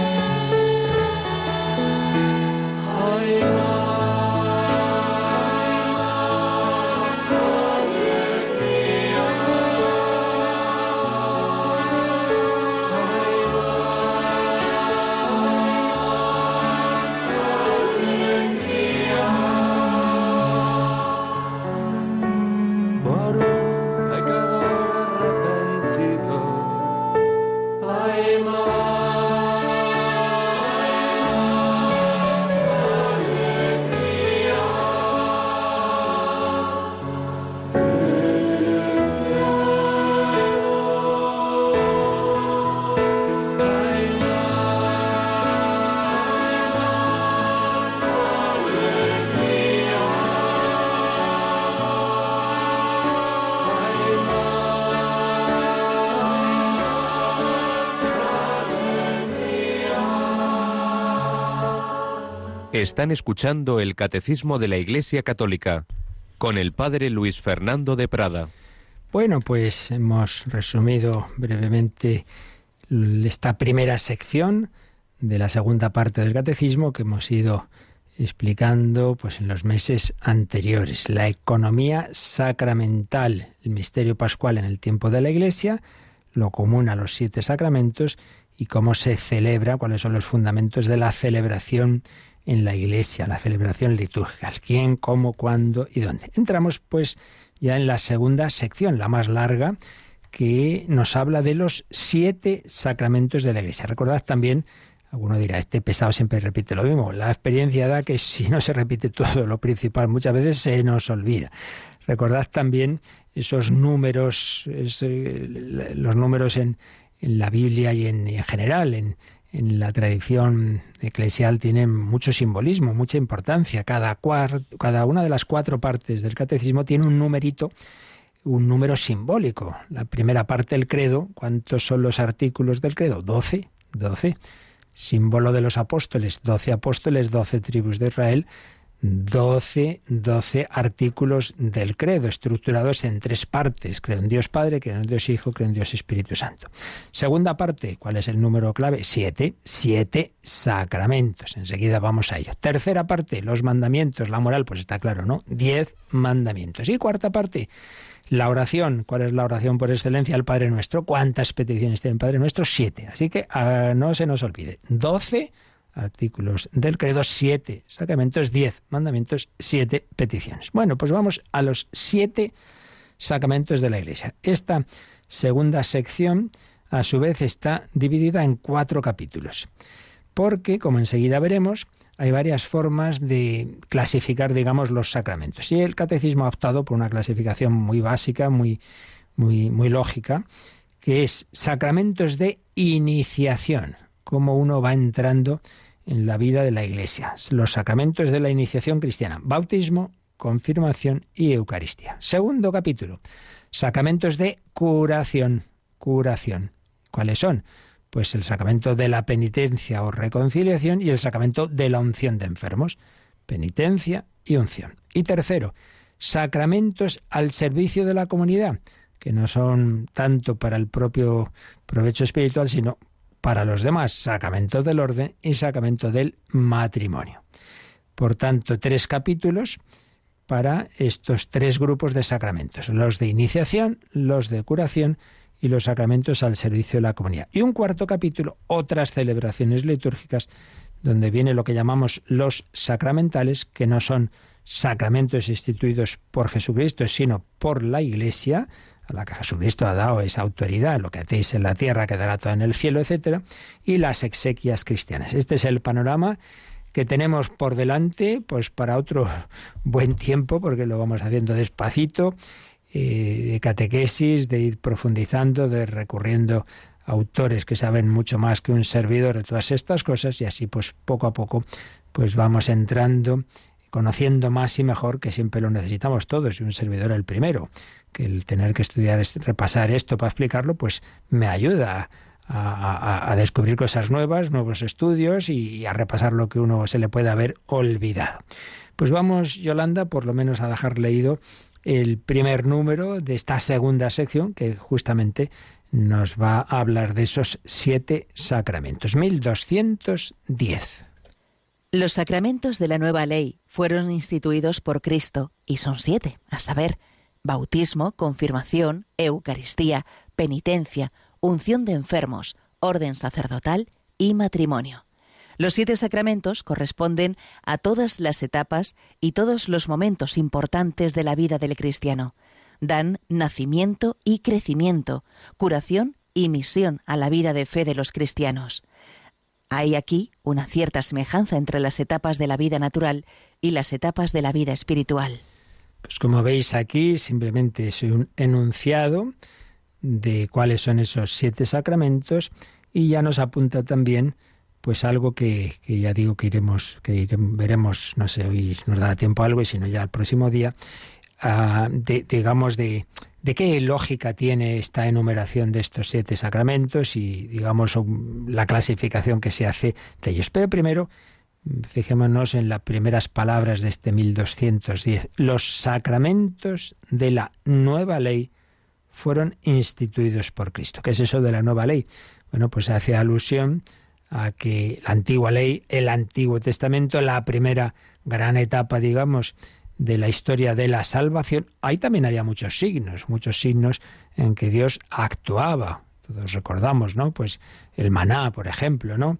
Ay, Están escuchando el Catecismo de la Iglesia Católica con el Padre Luis Fernando de Prada. Bueno, pues hemos resumido brevemente esta primera sección de la segunda parte del Catecismo que hemos ido explicando pues en los meses anteriores. La economía sacramental, el misterio pascual en el tiempo de la Iglesia, lo común a los siete sacramentos y cómo se celebra, cuáles son los fundamentos de la celebración en la Iglesia, la celebración litúrgica, quién, cómo, cuándo y dónde. Entramos pues ya en la segunda sección, la más larga, que nos habla de los siete sacramentos de la Iglesia. Recordad también, alguno dirá, este pesado siempre repite lo mismo. La experiencia da que si no se repite todo lo principal, muchas veces se nos olvida. Recordad también esos números, es, eh, los números en, en la Biblia y en, y en general, en En la tradición eclesial tienen mucho simbolismo, mucha importancia. Cada, cuar, cada una de las cuatro partes del catecismo tiene un numerito, un número simbólico. La primera parte del credo, ¿cuántos son los artículos del credo? Doce, doce. Símbolo de los apóstoles, doce apóstoles, doce tribus de Israel, doce, doce artículos del credo, estructurados en tres partes. Creo en Dios Padre, creo en Dios Hijo, creo en Dios Espíritu Santo. Segunda parte, ¿cuál es el número clave? Siete, siete sacramentos. Enseguida vamos a ello. Tercera parte, los mandamientos, la moral, pues está claro, ¿no? Diez mandamientos. Y cuarta parte, la oración. ¿Cuál es la oración por excelencia? El Padre Nuestro. ¿Cuántas peticiones tiene el Padre Nuestro? Siete. Así que uh, no se nos olvide. Doce artículos del credo, siete sacramentos, diez mandamientos, siete peticiones. Bueno, pues vamos a los siete sacramentos de la Iglesia. Esta segunda sección, a su vez, está dividida en cuatro capítulos, porque, como enseguida veremos, hay varias formas de clasificar, digamos, los sacramentos. Y el catecismo ha optado por una clasificación muy básica, muy, muy, muy lógica, que es sacramentos de iniciación, cómo uno va entrando en la vida de la Iglesia. Los sacramentos de la iniciación cristiana: bautismo, confirmación y Eucaristía. Segundo capítulo, sacramentos de curación. Curación. ¿Cuáles son? Pues el sacramento de la penitencia o reconciliación y el sacramento de la unción de enfermos. Penitencia y unción. Y tercero, sacramentos al servicio de la comunidad, que no son tanto para el propio provecho espiritual, sino para los demás, sacramento del orden y sacramento del matrimonio. Por tanto, tres capítulos para estos tres grupos de sacramentos: los de iniciación, los de curación y los sacramentos al servicio de la comunidad. Y un cuarto capítulo, otras celebraciones litúrgicas, donde viene lo que llamamos los sacramentales, que no son sacramentos instituidos por Jesucristo, sino por la Iglesia, a la que Jesucristo ha dado esa autoridad: lo que hacéis en la tierra quedará todo en el cielo, etcétera, y las exequias cristianas. Este es el panorama que tenemos por delante, pues para otro buen tiempo, porque lo vamos haciendo despacito, eh, de catequesis, de ir profundizando, de recurriendo a autores que saben mucho más que un servidor de todas estas cosas, y así pues poco a poco pues vamos entrando, conociendo más y mejor, que siempre lo necesitamos todos, y un servidor el primero, que el tener que estudiar, repasar esto para explicarlo, pues me ayuda a, a, a descubrir cosas nuevas, nuevos estudios y a repasar lo que uno se le puede haber olvidado. Pues vamos, Yolanda, por lo menos a dejar leído el primer número de esta segunda sección, que justamente nos va a hablar de esos siete sacramentos. mil doscientos diez. Los sacramentos de la nueva ley fueron instituidos por Cristo y son siete, a saber, bautismo, confirmación, Eucaristía, penitencia, unción de enfermos, orden sacerdotal y matrimonio. Los siete sacramentos corresponden a todas las etapas y todos los momentos importantes de la vida del cristiano. Dan nacimiento y crecimiento, curación y misión a la vida de fe de los cristianos. Hay aquí una cierta semejanza entre las etapas de la vida natural y las etapas de la vida espiritual. Pues como veis aquí, simplemente es un enunciado de cuáles son esos siete sacramentos y ya nos apunta también pues algo que, que ya digo que iremos, que iremos, veremos, no sé, hoy nos dará tiempo a algo y si no ya el próximo día, uh, de, digamos de, de qué lógica tiene esta enumeración de estos siete sacramentos y digamos la clasificación que se hace de ellos. Pero primero, fijémonos en las primeras palabras de este mil doscientos diez. Los sacramentos de la nueva ley fueron instituidos por Cristo. ¿Qué es eso de la nueva ley? Bueno, pues hace alusión a que la antigua ley, el Antiguo Testamento, la primera gran etapa, digamos, de la historia de la salvación, ahí también había muchos signos, muchos signos en que Dios actuaba. Todos recordamos, ¿no? Pues el maná, por ejemplo, ¿no?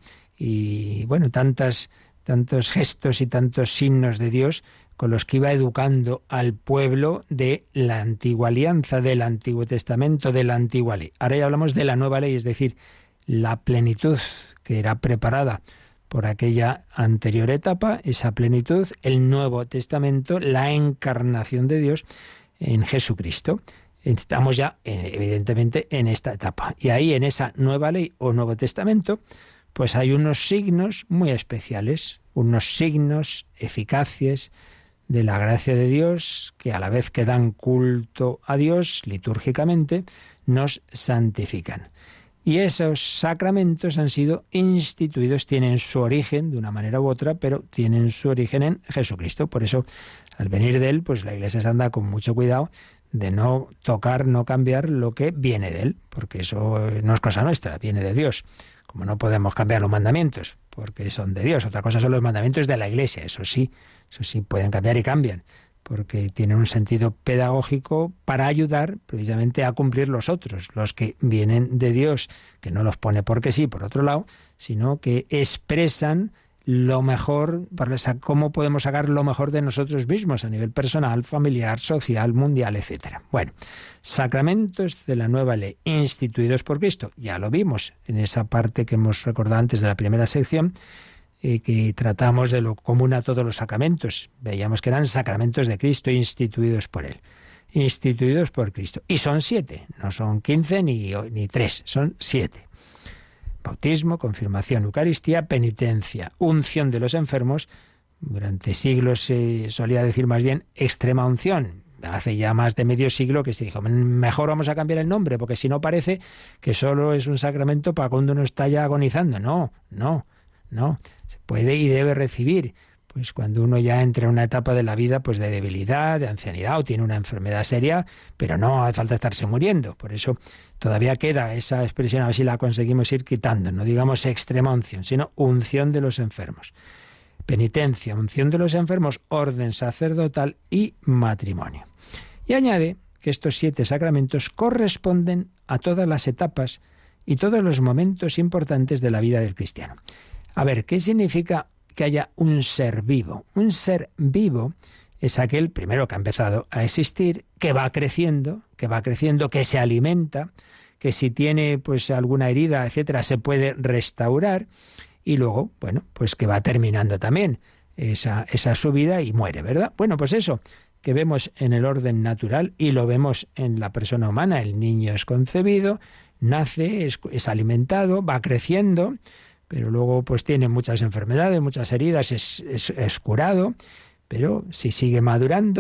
Y bueno, tantas, tantos gestos y tantos signos de Dios con los que iba educando al pueblo de la antigua alianza, del Antiguo Testamento, de la antigua ley. Ahora ya hablamos de la nueva ley, es decir, la plenitud que era preparada por aquella anterior etapa, esa plenitud, el Nuevo Testamento, la encarnación de Dios en Jesucristo. Estamos ya, evidentemente, en esta etapa. Y ahí, en esa nueva ley o Nuevo Testamento, pues hay unos signos muy especiales, unos signos eficaces de la gracia de Dios que a la vez que dan culto a Dios litúrgicamente, nos santifican. Y esos sacramentos han sido instituidos, tienen su origen de una manera u otra, pero tienen su origen en Jesucristo. Por eso, al venir de Él, pues la Iglesia se anda con mucho cuidado de no tocar, no cambiar lo que viene de Él, porque eso no es cosa nuestra, viene de Dios. Como no podemos cambiar los mandamientos, porque son de Dios. Otra cosa son los mandamientos de la Iglesia, eso sí, eso sí pueden cambiar y cambian, porque tienen un sentido pedagógico para ayudar precisamente a cumplir los otros, los que vienen de Dios, que no los pone porque sí, por otro lado, sino que expresan lo mejor, para cómo podemos sacar lo mejor de nosotros mismos a nivel personal, familiar, social, mundial, etcétera. Bueno, sacramentos de la nueva ley, instituidos por Cristo. Ya lo vimos en esa parte que hemos recordado antes de la primera sección, eh, que tratamos de lo común a todos los sacramentos. Veíamos que eran sacramentos de Cristo instituidos por Él. Instituidos por Cristo. Y son siete, no son quince ni, ni tres, son siete. Bautismo, confirmación, Eucaristía, penitencia, unción de los enfermos. Durante siglos se solía decir más bien extrema unción. Hace ya más de medio siglo que se dijo, mejor vamos a cambiar el nombre, porque si no parece que solo es un sacramento para cuando uno está ya agonizando. No, no, no. Se puede y debe recibir, pues cuando uno ya entra en una etapa de la vida pues de debilidad, de ancianidad o tiene una enfermedad seria, pero no hace falta estarse muriendo. Por eso todavía queda esa expresión, a ver si la conseguimos ir quitando. No digamos extrema unción, sino unción de los enfermos. Penitencia, unción de los enfermos, orden sacerdotal y matrimonio. Y añade que estos siete sacramentos corresponden a todas las etapas y todos los momentos importantes de la vida del cristiano. A ver, ¿qué significa que haya un ser vivo? Un ser vivo es aquel, primero, que ha empezado a existir, que va creciendo, que va creciendo, que se alimenta, que si tiene pues alguna herida, etcétera, se puede restaurar, y luego, bueno, pues que va terminando también esa, esa su vida y muere, ¿verdad? Bueno, pues eso que vemos en el orden natural y lo vemos en la persona humana. El niño es concebido, nace, es, es alimentado, va creciendo, pero luego pues tiene muchas enfermedades, muchas heridas, es, es, es curado, pero si sigue madurando,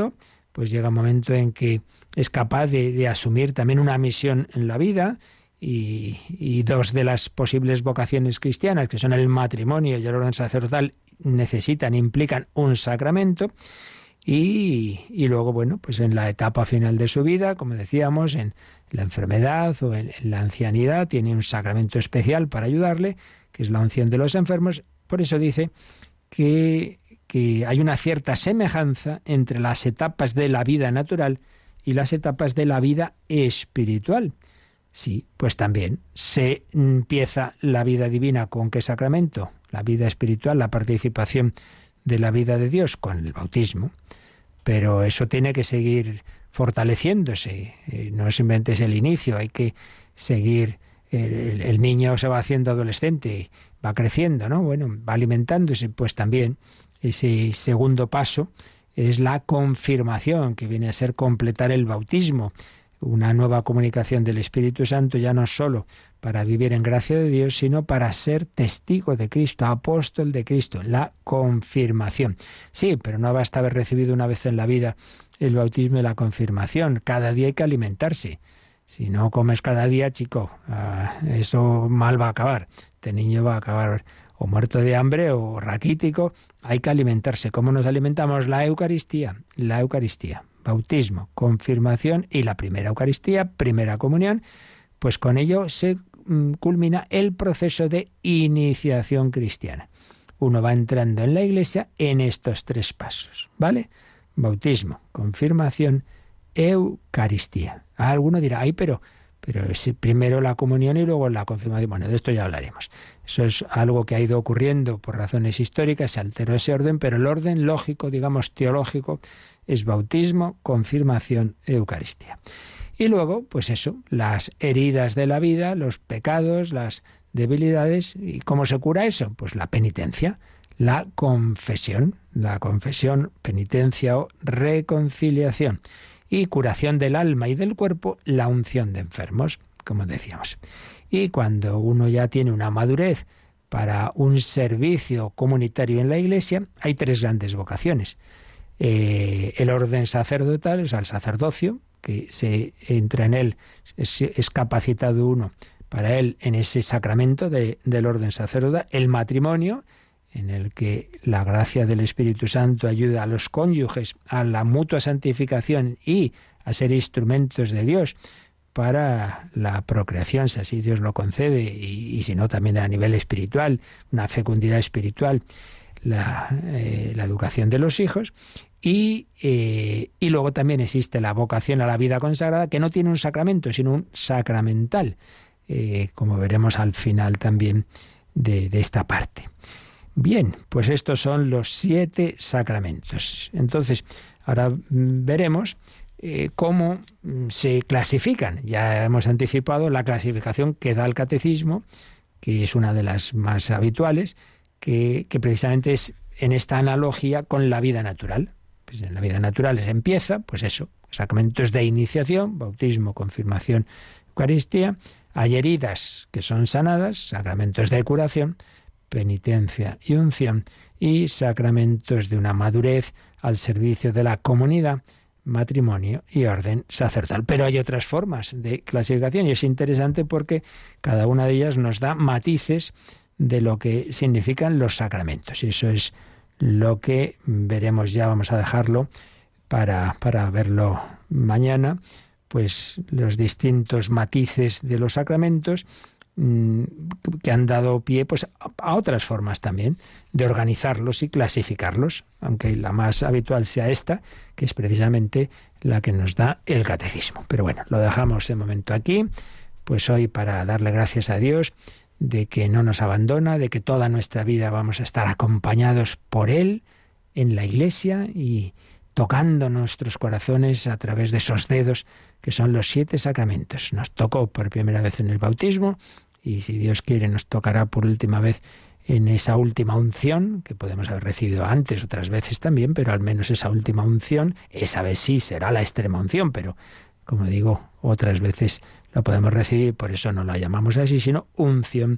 pues llega un momento en que es capaz de, de asumir también una misión en la vida, y, y dos de las posibles vocaciones cristianas, que son el matrimonio y el orden sacerdotal, necesitan, implican un sacramento. Y, y luego, bueno, pues en la etapa final de su vida, como decíamos, en la enfermedad o en, en la ancianidad, tiene un sacramento especial para ayudarle, que es la unción de los enfermos. Por eso dice que, que hay una cierta semejanza entre las etapas de la vida natural y las etapas de la vida espiritual. Sí, pues también se empieza la vida divina ¿con qué sacramento? La vida espiritual, la participación de la vida de Dios con el bautismo. Pero eso tiene que seguir fortaleciéndose. Eh, no simplemente es el inicio, hay que seguir. El, el niño se va haciendo adolescente, va creciendo, ¿no? Bueno, va alimentándose. Pues también ese segundo paso es la confirmación, que viene a ser completar el bautismo. Una nueva comunicación del Espíritu Santo, ya no solo para vivir en gracia de Dios, sino para ser testigo de Cristo, apóstol de Cristo, la confirmación. Sí, pero no basta haber recibido una vez en la vida el bautismo y la confirmación. Cada día hay que alimentarse. Si no comes cada día, chico, uh, eso mal va a acabar. Este niño va a acabar o muerto de hambre o raquítico. Hay que alimentarse. ¿Cómo nos alimentamos? La Eucaristía, la Eucaristía. Bautismo, confirmación y la primera Eucaristía, primera comunión, pues con ello se mm, culmina el proceso de iniciación cristiana. Uno va entrando en la Iglesia en estos tres pasos, ¿vale? Bautismo, confirmación, Eucaristía. Alguno dirá, ay, pero, pero es primero la comunión y luego la confirmación. Bueno, de esto ya hablaremos. Eso es algo que ha ido ocurriendo por razones históricas, se alteró ese orden, pero el orden lógico, digamos teológico, es bautismo, confirmación, Eucaristía. Y luego, pues eso, las heridas de la vida, los pecados, las debilidades. ¿Y cómo se cura eso? Pues la penitencia, la confesión, la confesión, penitencia o reconciliación. Y curación del alma y del cuerpo, la unción de enfermos, como decíamos. Y cuando uno ya tiene una madurez para un servicio comunitario en la Iglesia, hay tres grandes vocaciones. Eh, el orden sacerdotal, o sea, el sacerdocio, que se entra en él, es, es capacitado uno para él en ese sacramento de, del orden sacerdotal. El matrimonio, en el que la gracia del Espíritu Santo ayuda a los cónyuges a la mutua santificación y a ser instrumentos de Dios para la procreación, si así Dios lo concede, y, y si no también a nivel espiritual, una fecundidad espiritual, la, eh, la educación de los hijos. Y, eh, y luego también existe la vocación a la vida consagrada, que no tiene un sacramento, sino un sacramental, eh, como veremos al final también de, de esta parte. Bien, pues estos son los siete sacramentos. Entonces, ahora veremos eh, cómo se clasifican. Ya hemos anticipado la clasificación que da el catecismo, que es una de las más habituales, que, que precisamente es en esta analogía con la vida natural. Pues en la vida natural se empieza, pues eso, sacramentos de iniciación, bautismo, confirmación, Eucaristía. Hay heridas que son sanadas, sacramentos de curación, penitencia y unción, y sacramentos de una madurez al servicio de la comunidad, matrimonio y orden sacerdotal. Pero hay otras formas de clasificación y es interesante porque cada una de ellas nos da matices de lo que significan los sacramentos. Y eso es lo que veremos ya, vamos a dejarlo para, para verlo mañana, pues los distintos matices de los sacramentos mmm, que han dado pie pues, a, a otras formas también de organizarlos y clasificarlos, aunque la más habitual sea esta, que es precisamente la que nos da el catecismo. Pero bueno, lo dejamos de momento aquí, pues hoy para darle gracias a Dios de que no nos abandona, de que toda nuestra vida vamos a estar acompañados por Él en la Iglesia y tocando nuestros corazones a través de esos dedos que son los siete sacramentos. Nos tocó por primera vez en el bautismo y si Dios quiere nos tocará por última vez en esa última unción, que podemos haber recibido antes, otras veces también, pero al menos esa última unción, esa vez sí será la extrema unción, pero como digo, otras veces lo podemos recibir, por eso no la llamamos así, sino unción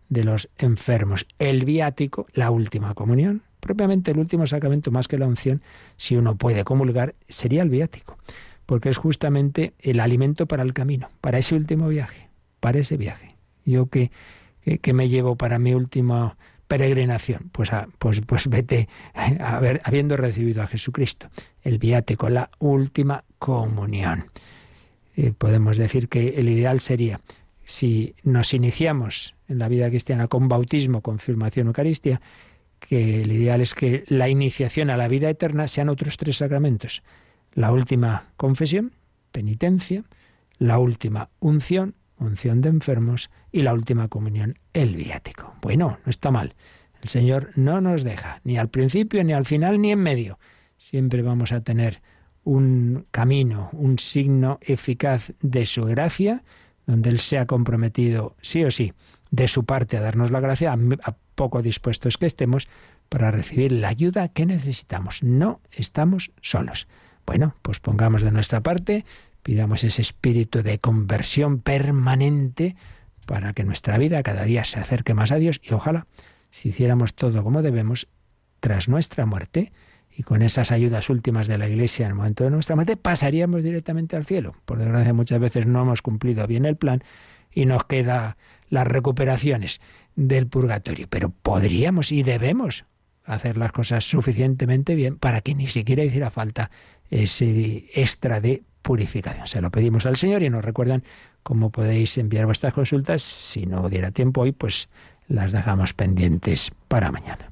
de los enfermos. El viático, la última comunión, propiamente el último sacramento más que la unción, si uno puede comulgar, sería el viático, porque es justamente el alimento para el camino, para ese último viaje, para ese viaje. Yo que, que, que me llevo para mi última peregrinación, pues, a, pues, pues vete a ver, habiendo recibido a Jesucristo, el viático, la última comunión. Eh, podemos decir que el ideal sería, si nos iniciamos en la vida cristiana con bautismo, confirmación, Eucaristía, que el ideal es que la iniciación a la vida eterna sean otros tres sacramentos: la última confesión, penitencia; la última unción, unción de enfermos; y la última comunión, el viático. Bueno, no está mal. El Señor no nos deja, ni al principio, ni al final, ni en medio. Siempre vamos a tener un camino, un signo eficaz de su gracia, donde Él se ha comprometido, sí o sí, de su parte a darnos la gracia, a poco dispuestos que estemos para recibir la ayuda que necesitamos. No estamos solos. Bueno, pues pongamos de nuestra parte, pidamos ese espíritu de conversión permanente para que nuestra vida cada día se acerque más a Dios, y ojalá, si hiciéramos todo como debemos, tras nuestra muerte, y con esas ayudas últimas de la Iglesia en el momento de nuestra muerte, pasaríamos directamente al cielo. Por desgracia, muchas veces no hemos cumplido bien el plan y nos quedan las recuperaciones del purgatorio. Pero podríamos y debemos hacer las cosas suficientemente bien para que ni siquiera hiciera falta ese extra de purificación. Se lo pedimos al Señor y nos recuerdan cómo podéis enviar vuestras consultas. Si no diera tiempo hoy, pues las dejamos pendientes para mañana.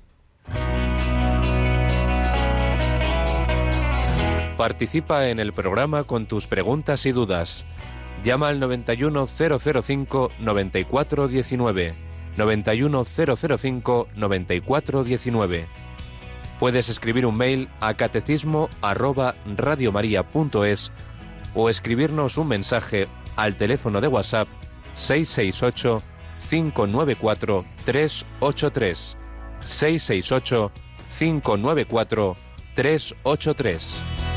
Participa en el programa con tus preguntas y dudas. Llama al noventa y uno cero cero cinco noventa y cuatro diecinueve, noventa y uno cero cero cinco noventa y cuatro diecinueve. Puedes escribir un mail a catecismo arroba radiomaria.es o escribirnos un mensaje al teléfono de WhatsApp seis seis ocho cinco nueve cuatro tres ocho tres, seis seis ocho cinco nueve cuatro tres ocho tres.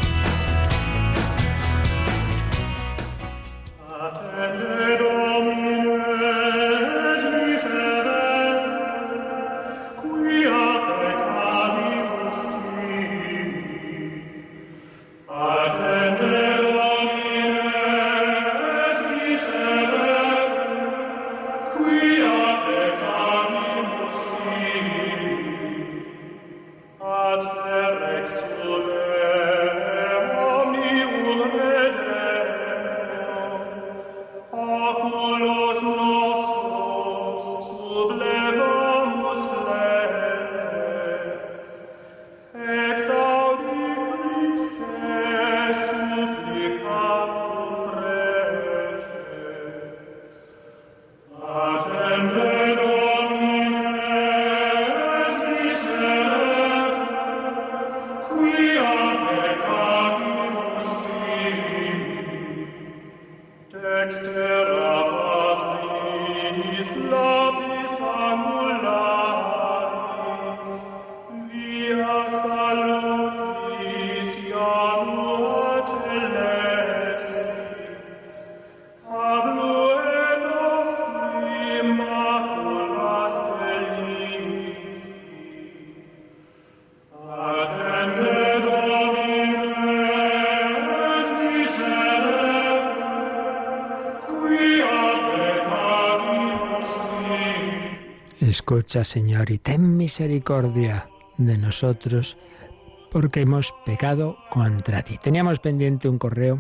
Escucha, Señor, y ten misericordia de nosotros, porque hemos pecado contra ti. Teníamos pendiente un correo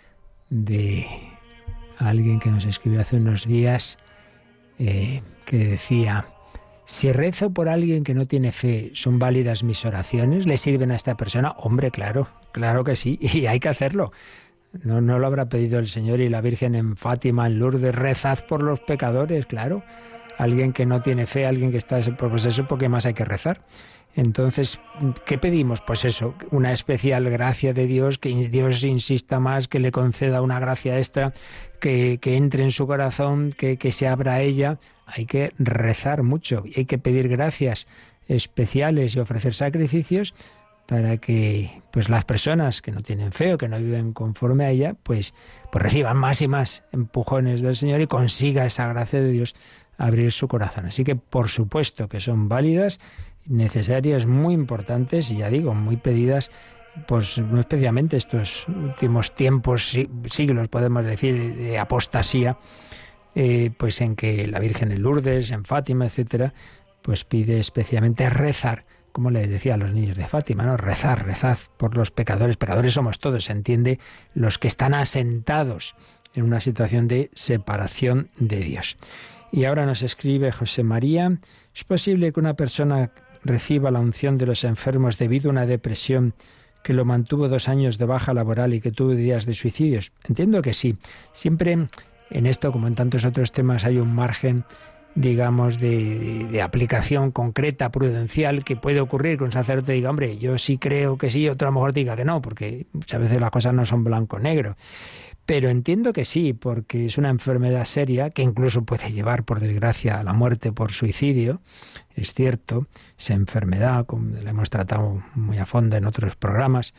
de alguien que nos escribió hace unos días, eh, que decía: si rezo por alguien que no tiene fe, ¿son válidas mis oraciones? ¿Le sirven a esta persona? Hombre, claro, claro que sí, y hay que hacerlo. No, no lo habrá pedido el Señor y la Virgen en Fátima, en Lourdes: rezad por los pecadores, claro. Alguien que no tiene fe, alguien que está... Pues eso, ¿por qué más hay que rezar? Entonces, ¿qué pedimos? Pues eso, una especial gracia de Dios, que Dios insista más, que le conceda una gracia extra, que, que entre en su corazón, que, que se abra a ella. Hay que rezar mucho y hay que pedir gracias especiales y ofrecer sacrificios para que pues las personas que no tienen fe o que no viven conforme a ella, pues, pues reciban más y más empujones del Señor y consiga esa gracia de Dios abrir su corazón. Así que, por supuesto que son válidas, necesarias, muy importantes y, ya digo, muy pedidas, pues no especialmente estos últimos tiempos, siglos, podemos decir, de apostasía, eh, pues en que la Virgen en Lourdes, en Fátima, etcétera, pues pide especialmente rezar, como les decía a los niños de Fátima, ¿no? Rezar, rezad por los pecadores. Pecadores somos todos, se entiende, los que están asentados en una situación de separación de Dios. Y ahora nos escribe José María: ¿es posible que una persona reciba la unción de los enfermos debido a una depresión que lo mantuvo dos años de baja laboral y que tuvo días de suicidios? Entiendo que sí. Siempre en esto, como en tantos otros temas, hay un margen, digamos, de, de, de aplicación concreta, prudencial, que puede ocurrir que un sacerdote diga, hombre, yo sí creo que sí, otro a lo mejor diga que no, porque muchas veces las cosas no son blanco-negro. Pero entiendo que sí, porque es una enfermedad seria que incluso puede llevar, por desgracia, a la muerte por suicidio. Es cierto, esa enfermedad, como la hemos tratado muy a fondo en otros programas.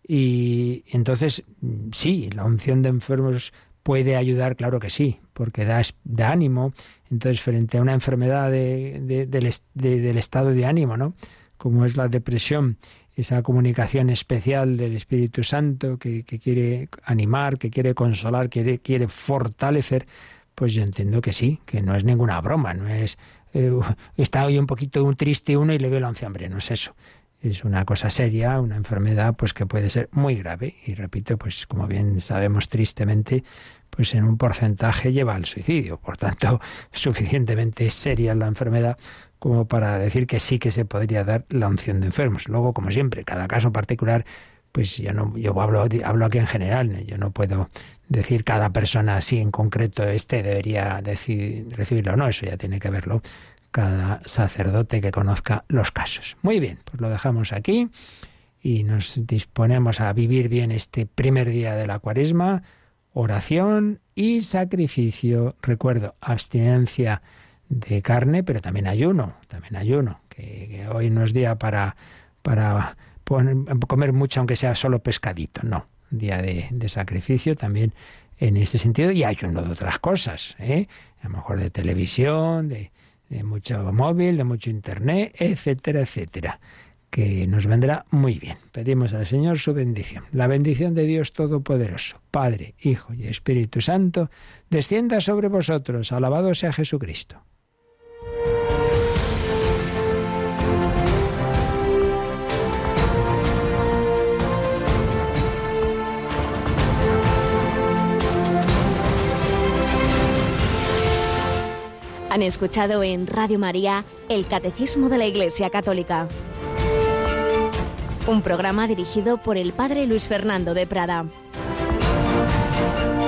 Y entonces, sí, la unción de enfermos puede ayudar, claro que sí, porque da, da ánimo. Entonces, frente a una enfermedad de, de, de, de, del estado de ánimo, ¿no?, como es la depresión, esa comunicación especial del Espíritu Santo que, que quiere animar, que quiere consolar, que quiere, quiere fortalecer, pues yo entiendo que sí, que no es ninguna broma, no es eh, está hoy un poquito un triste uno y le doy la unción, hombre, no es eso. Es una cosa seria, una enfermedad pues que puede ser muy grave y, repito, pues como bien sabemos tristemente, pues en un porcentaje lleva al suicidio. Por tanto, suficientemente seria la enfermedad como para decir que sí que se podría dar la unción de enfermos. Luego, como siempre, cada caso particular, pues yo no, yo hablo, hablo aquí en general, yo no puedo decir cada persona así en concreto, este debería decir, recibirlo o no, eso ya tiene que verlo cada sacerdote que conozca los casos. Muy bien, pues lo dejamos aquí y nos disponemos a vivir bien este primer día de la Cuaresma, oración y sacrificio. Recuerdo, abstinencia de carne, pero también ayuno, también ayuno, que, que hoy no es día para, para poner, comer mucho, aunque sea solo pescadito, no, día de, de sacrificio también en ese sentido, y ayuno de otras cosas, ¿eh? A lo mejor de televisión, de, de mucho móvil, de mucho internet, etcétera, etcétera, que nos vendrá muy bien. Pedimos al Señor su bendición. La bendición de Dios Todopoderoso, Padre, Hijo y Espíritu Santo, descienda sobre vosotros. Alabado sea Jesucristo. Han escuchado en Radio María el Catecismo de la Iglesia Católica, un programa dirigido por el Padre Luis Fernando de Prada.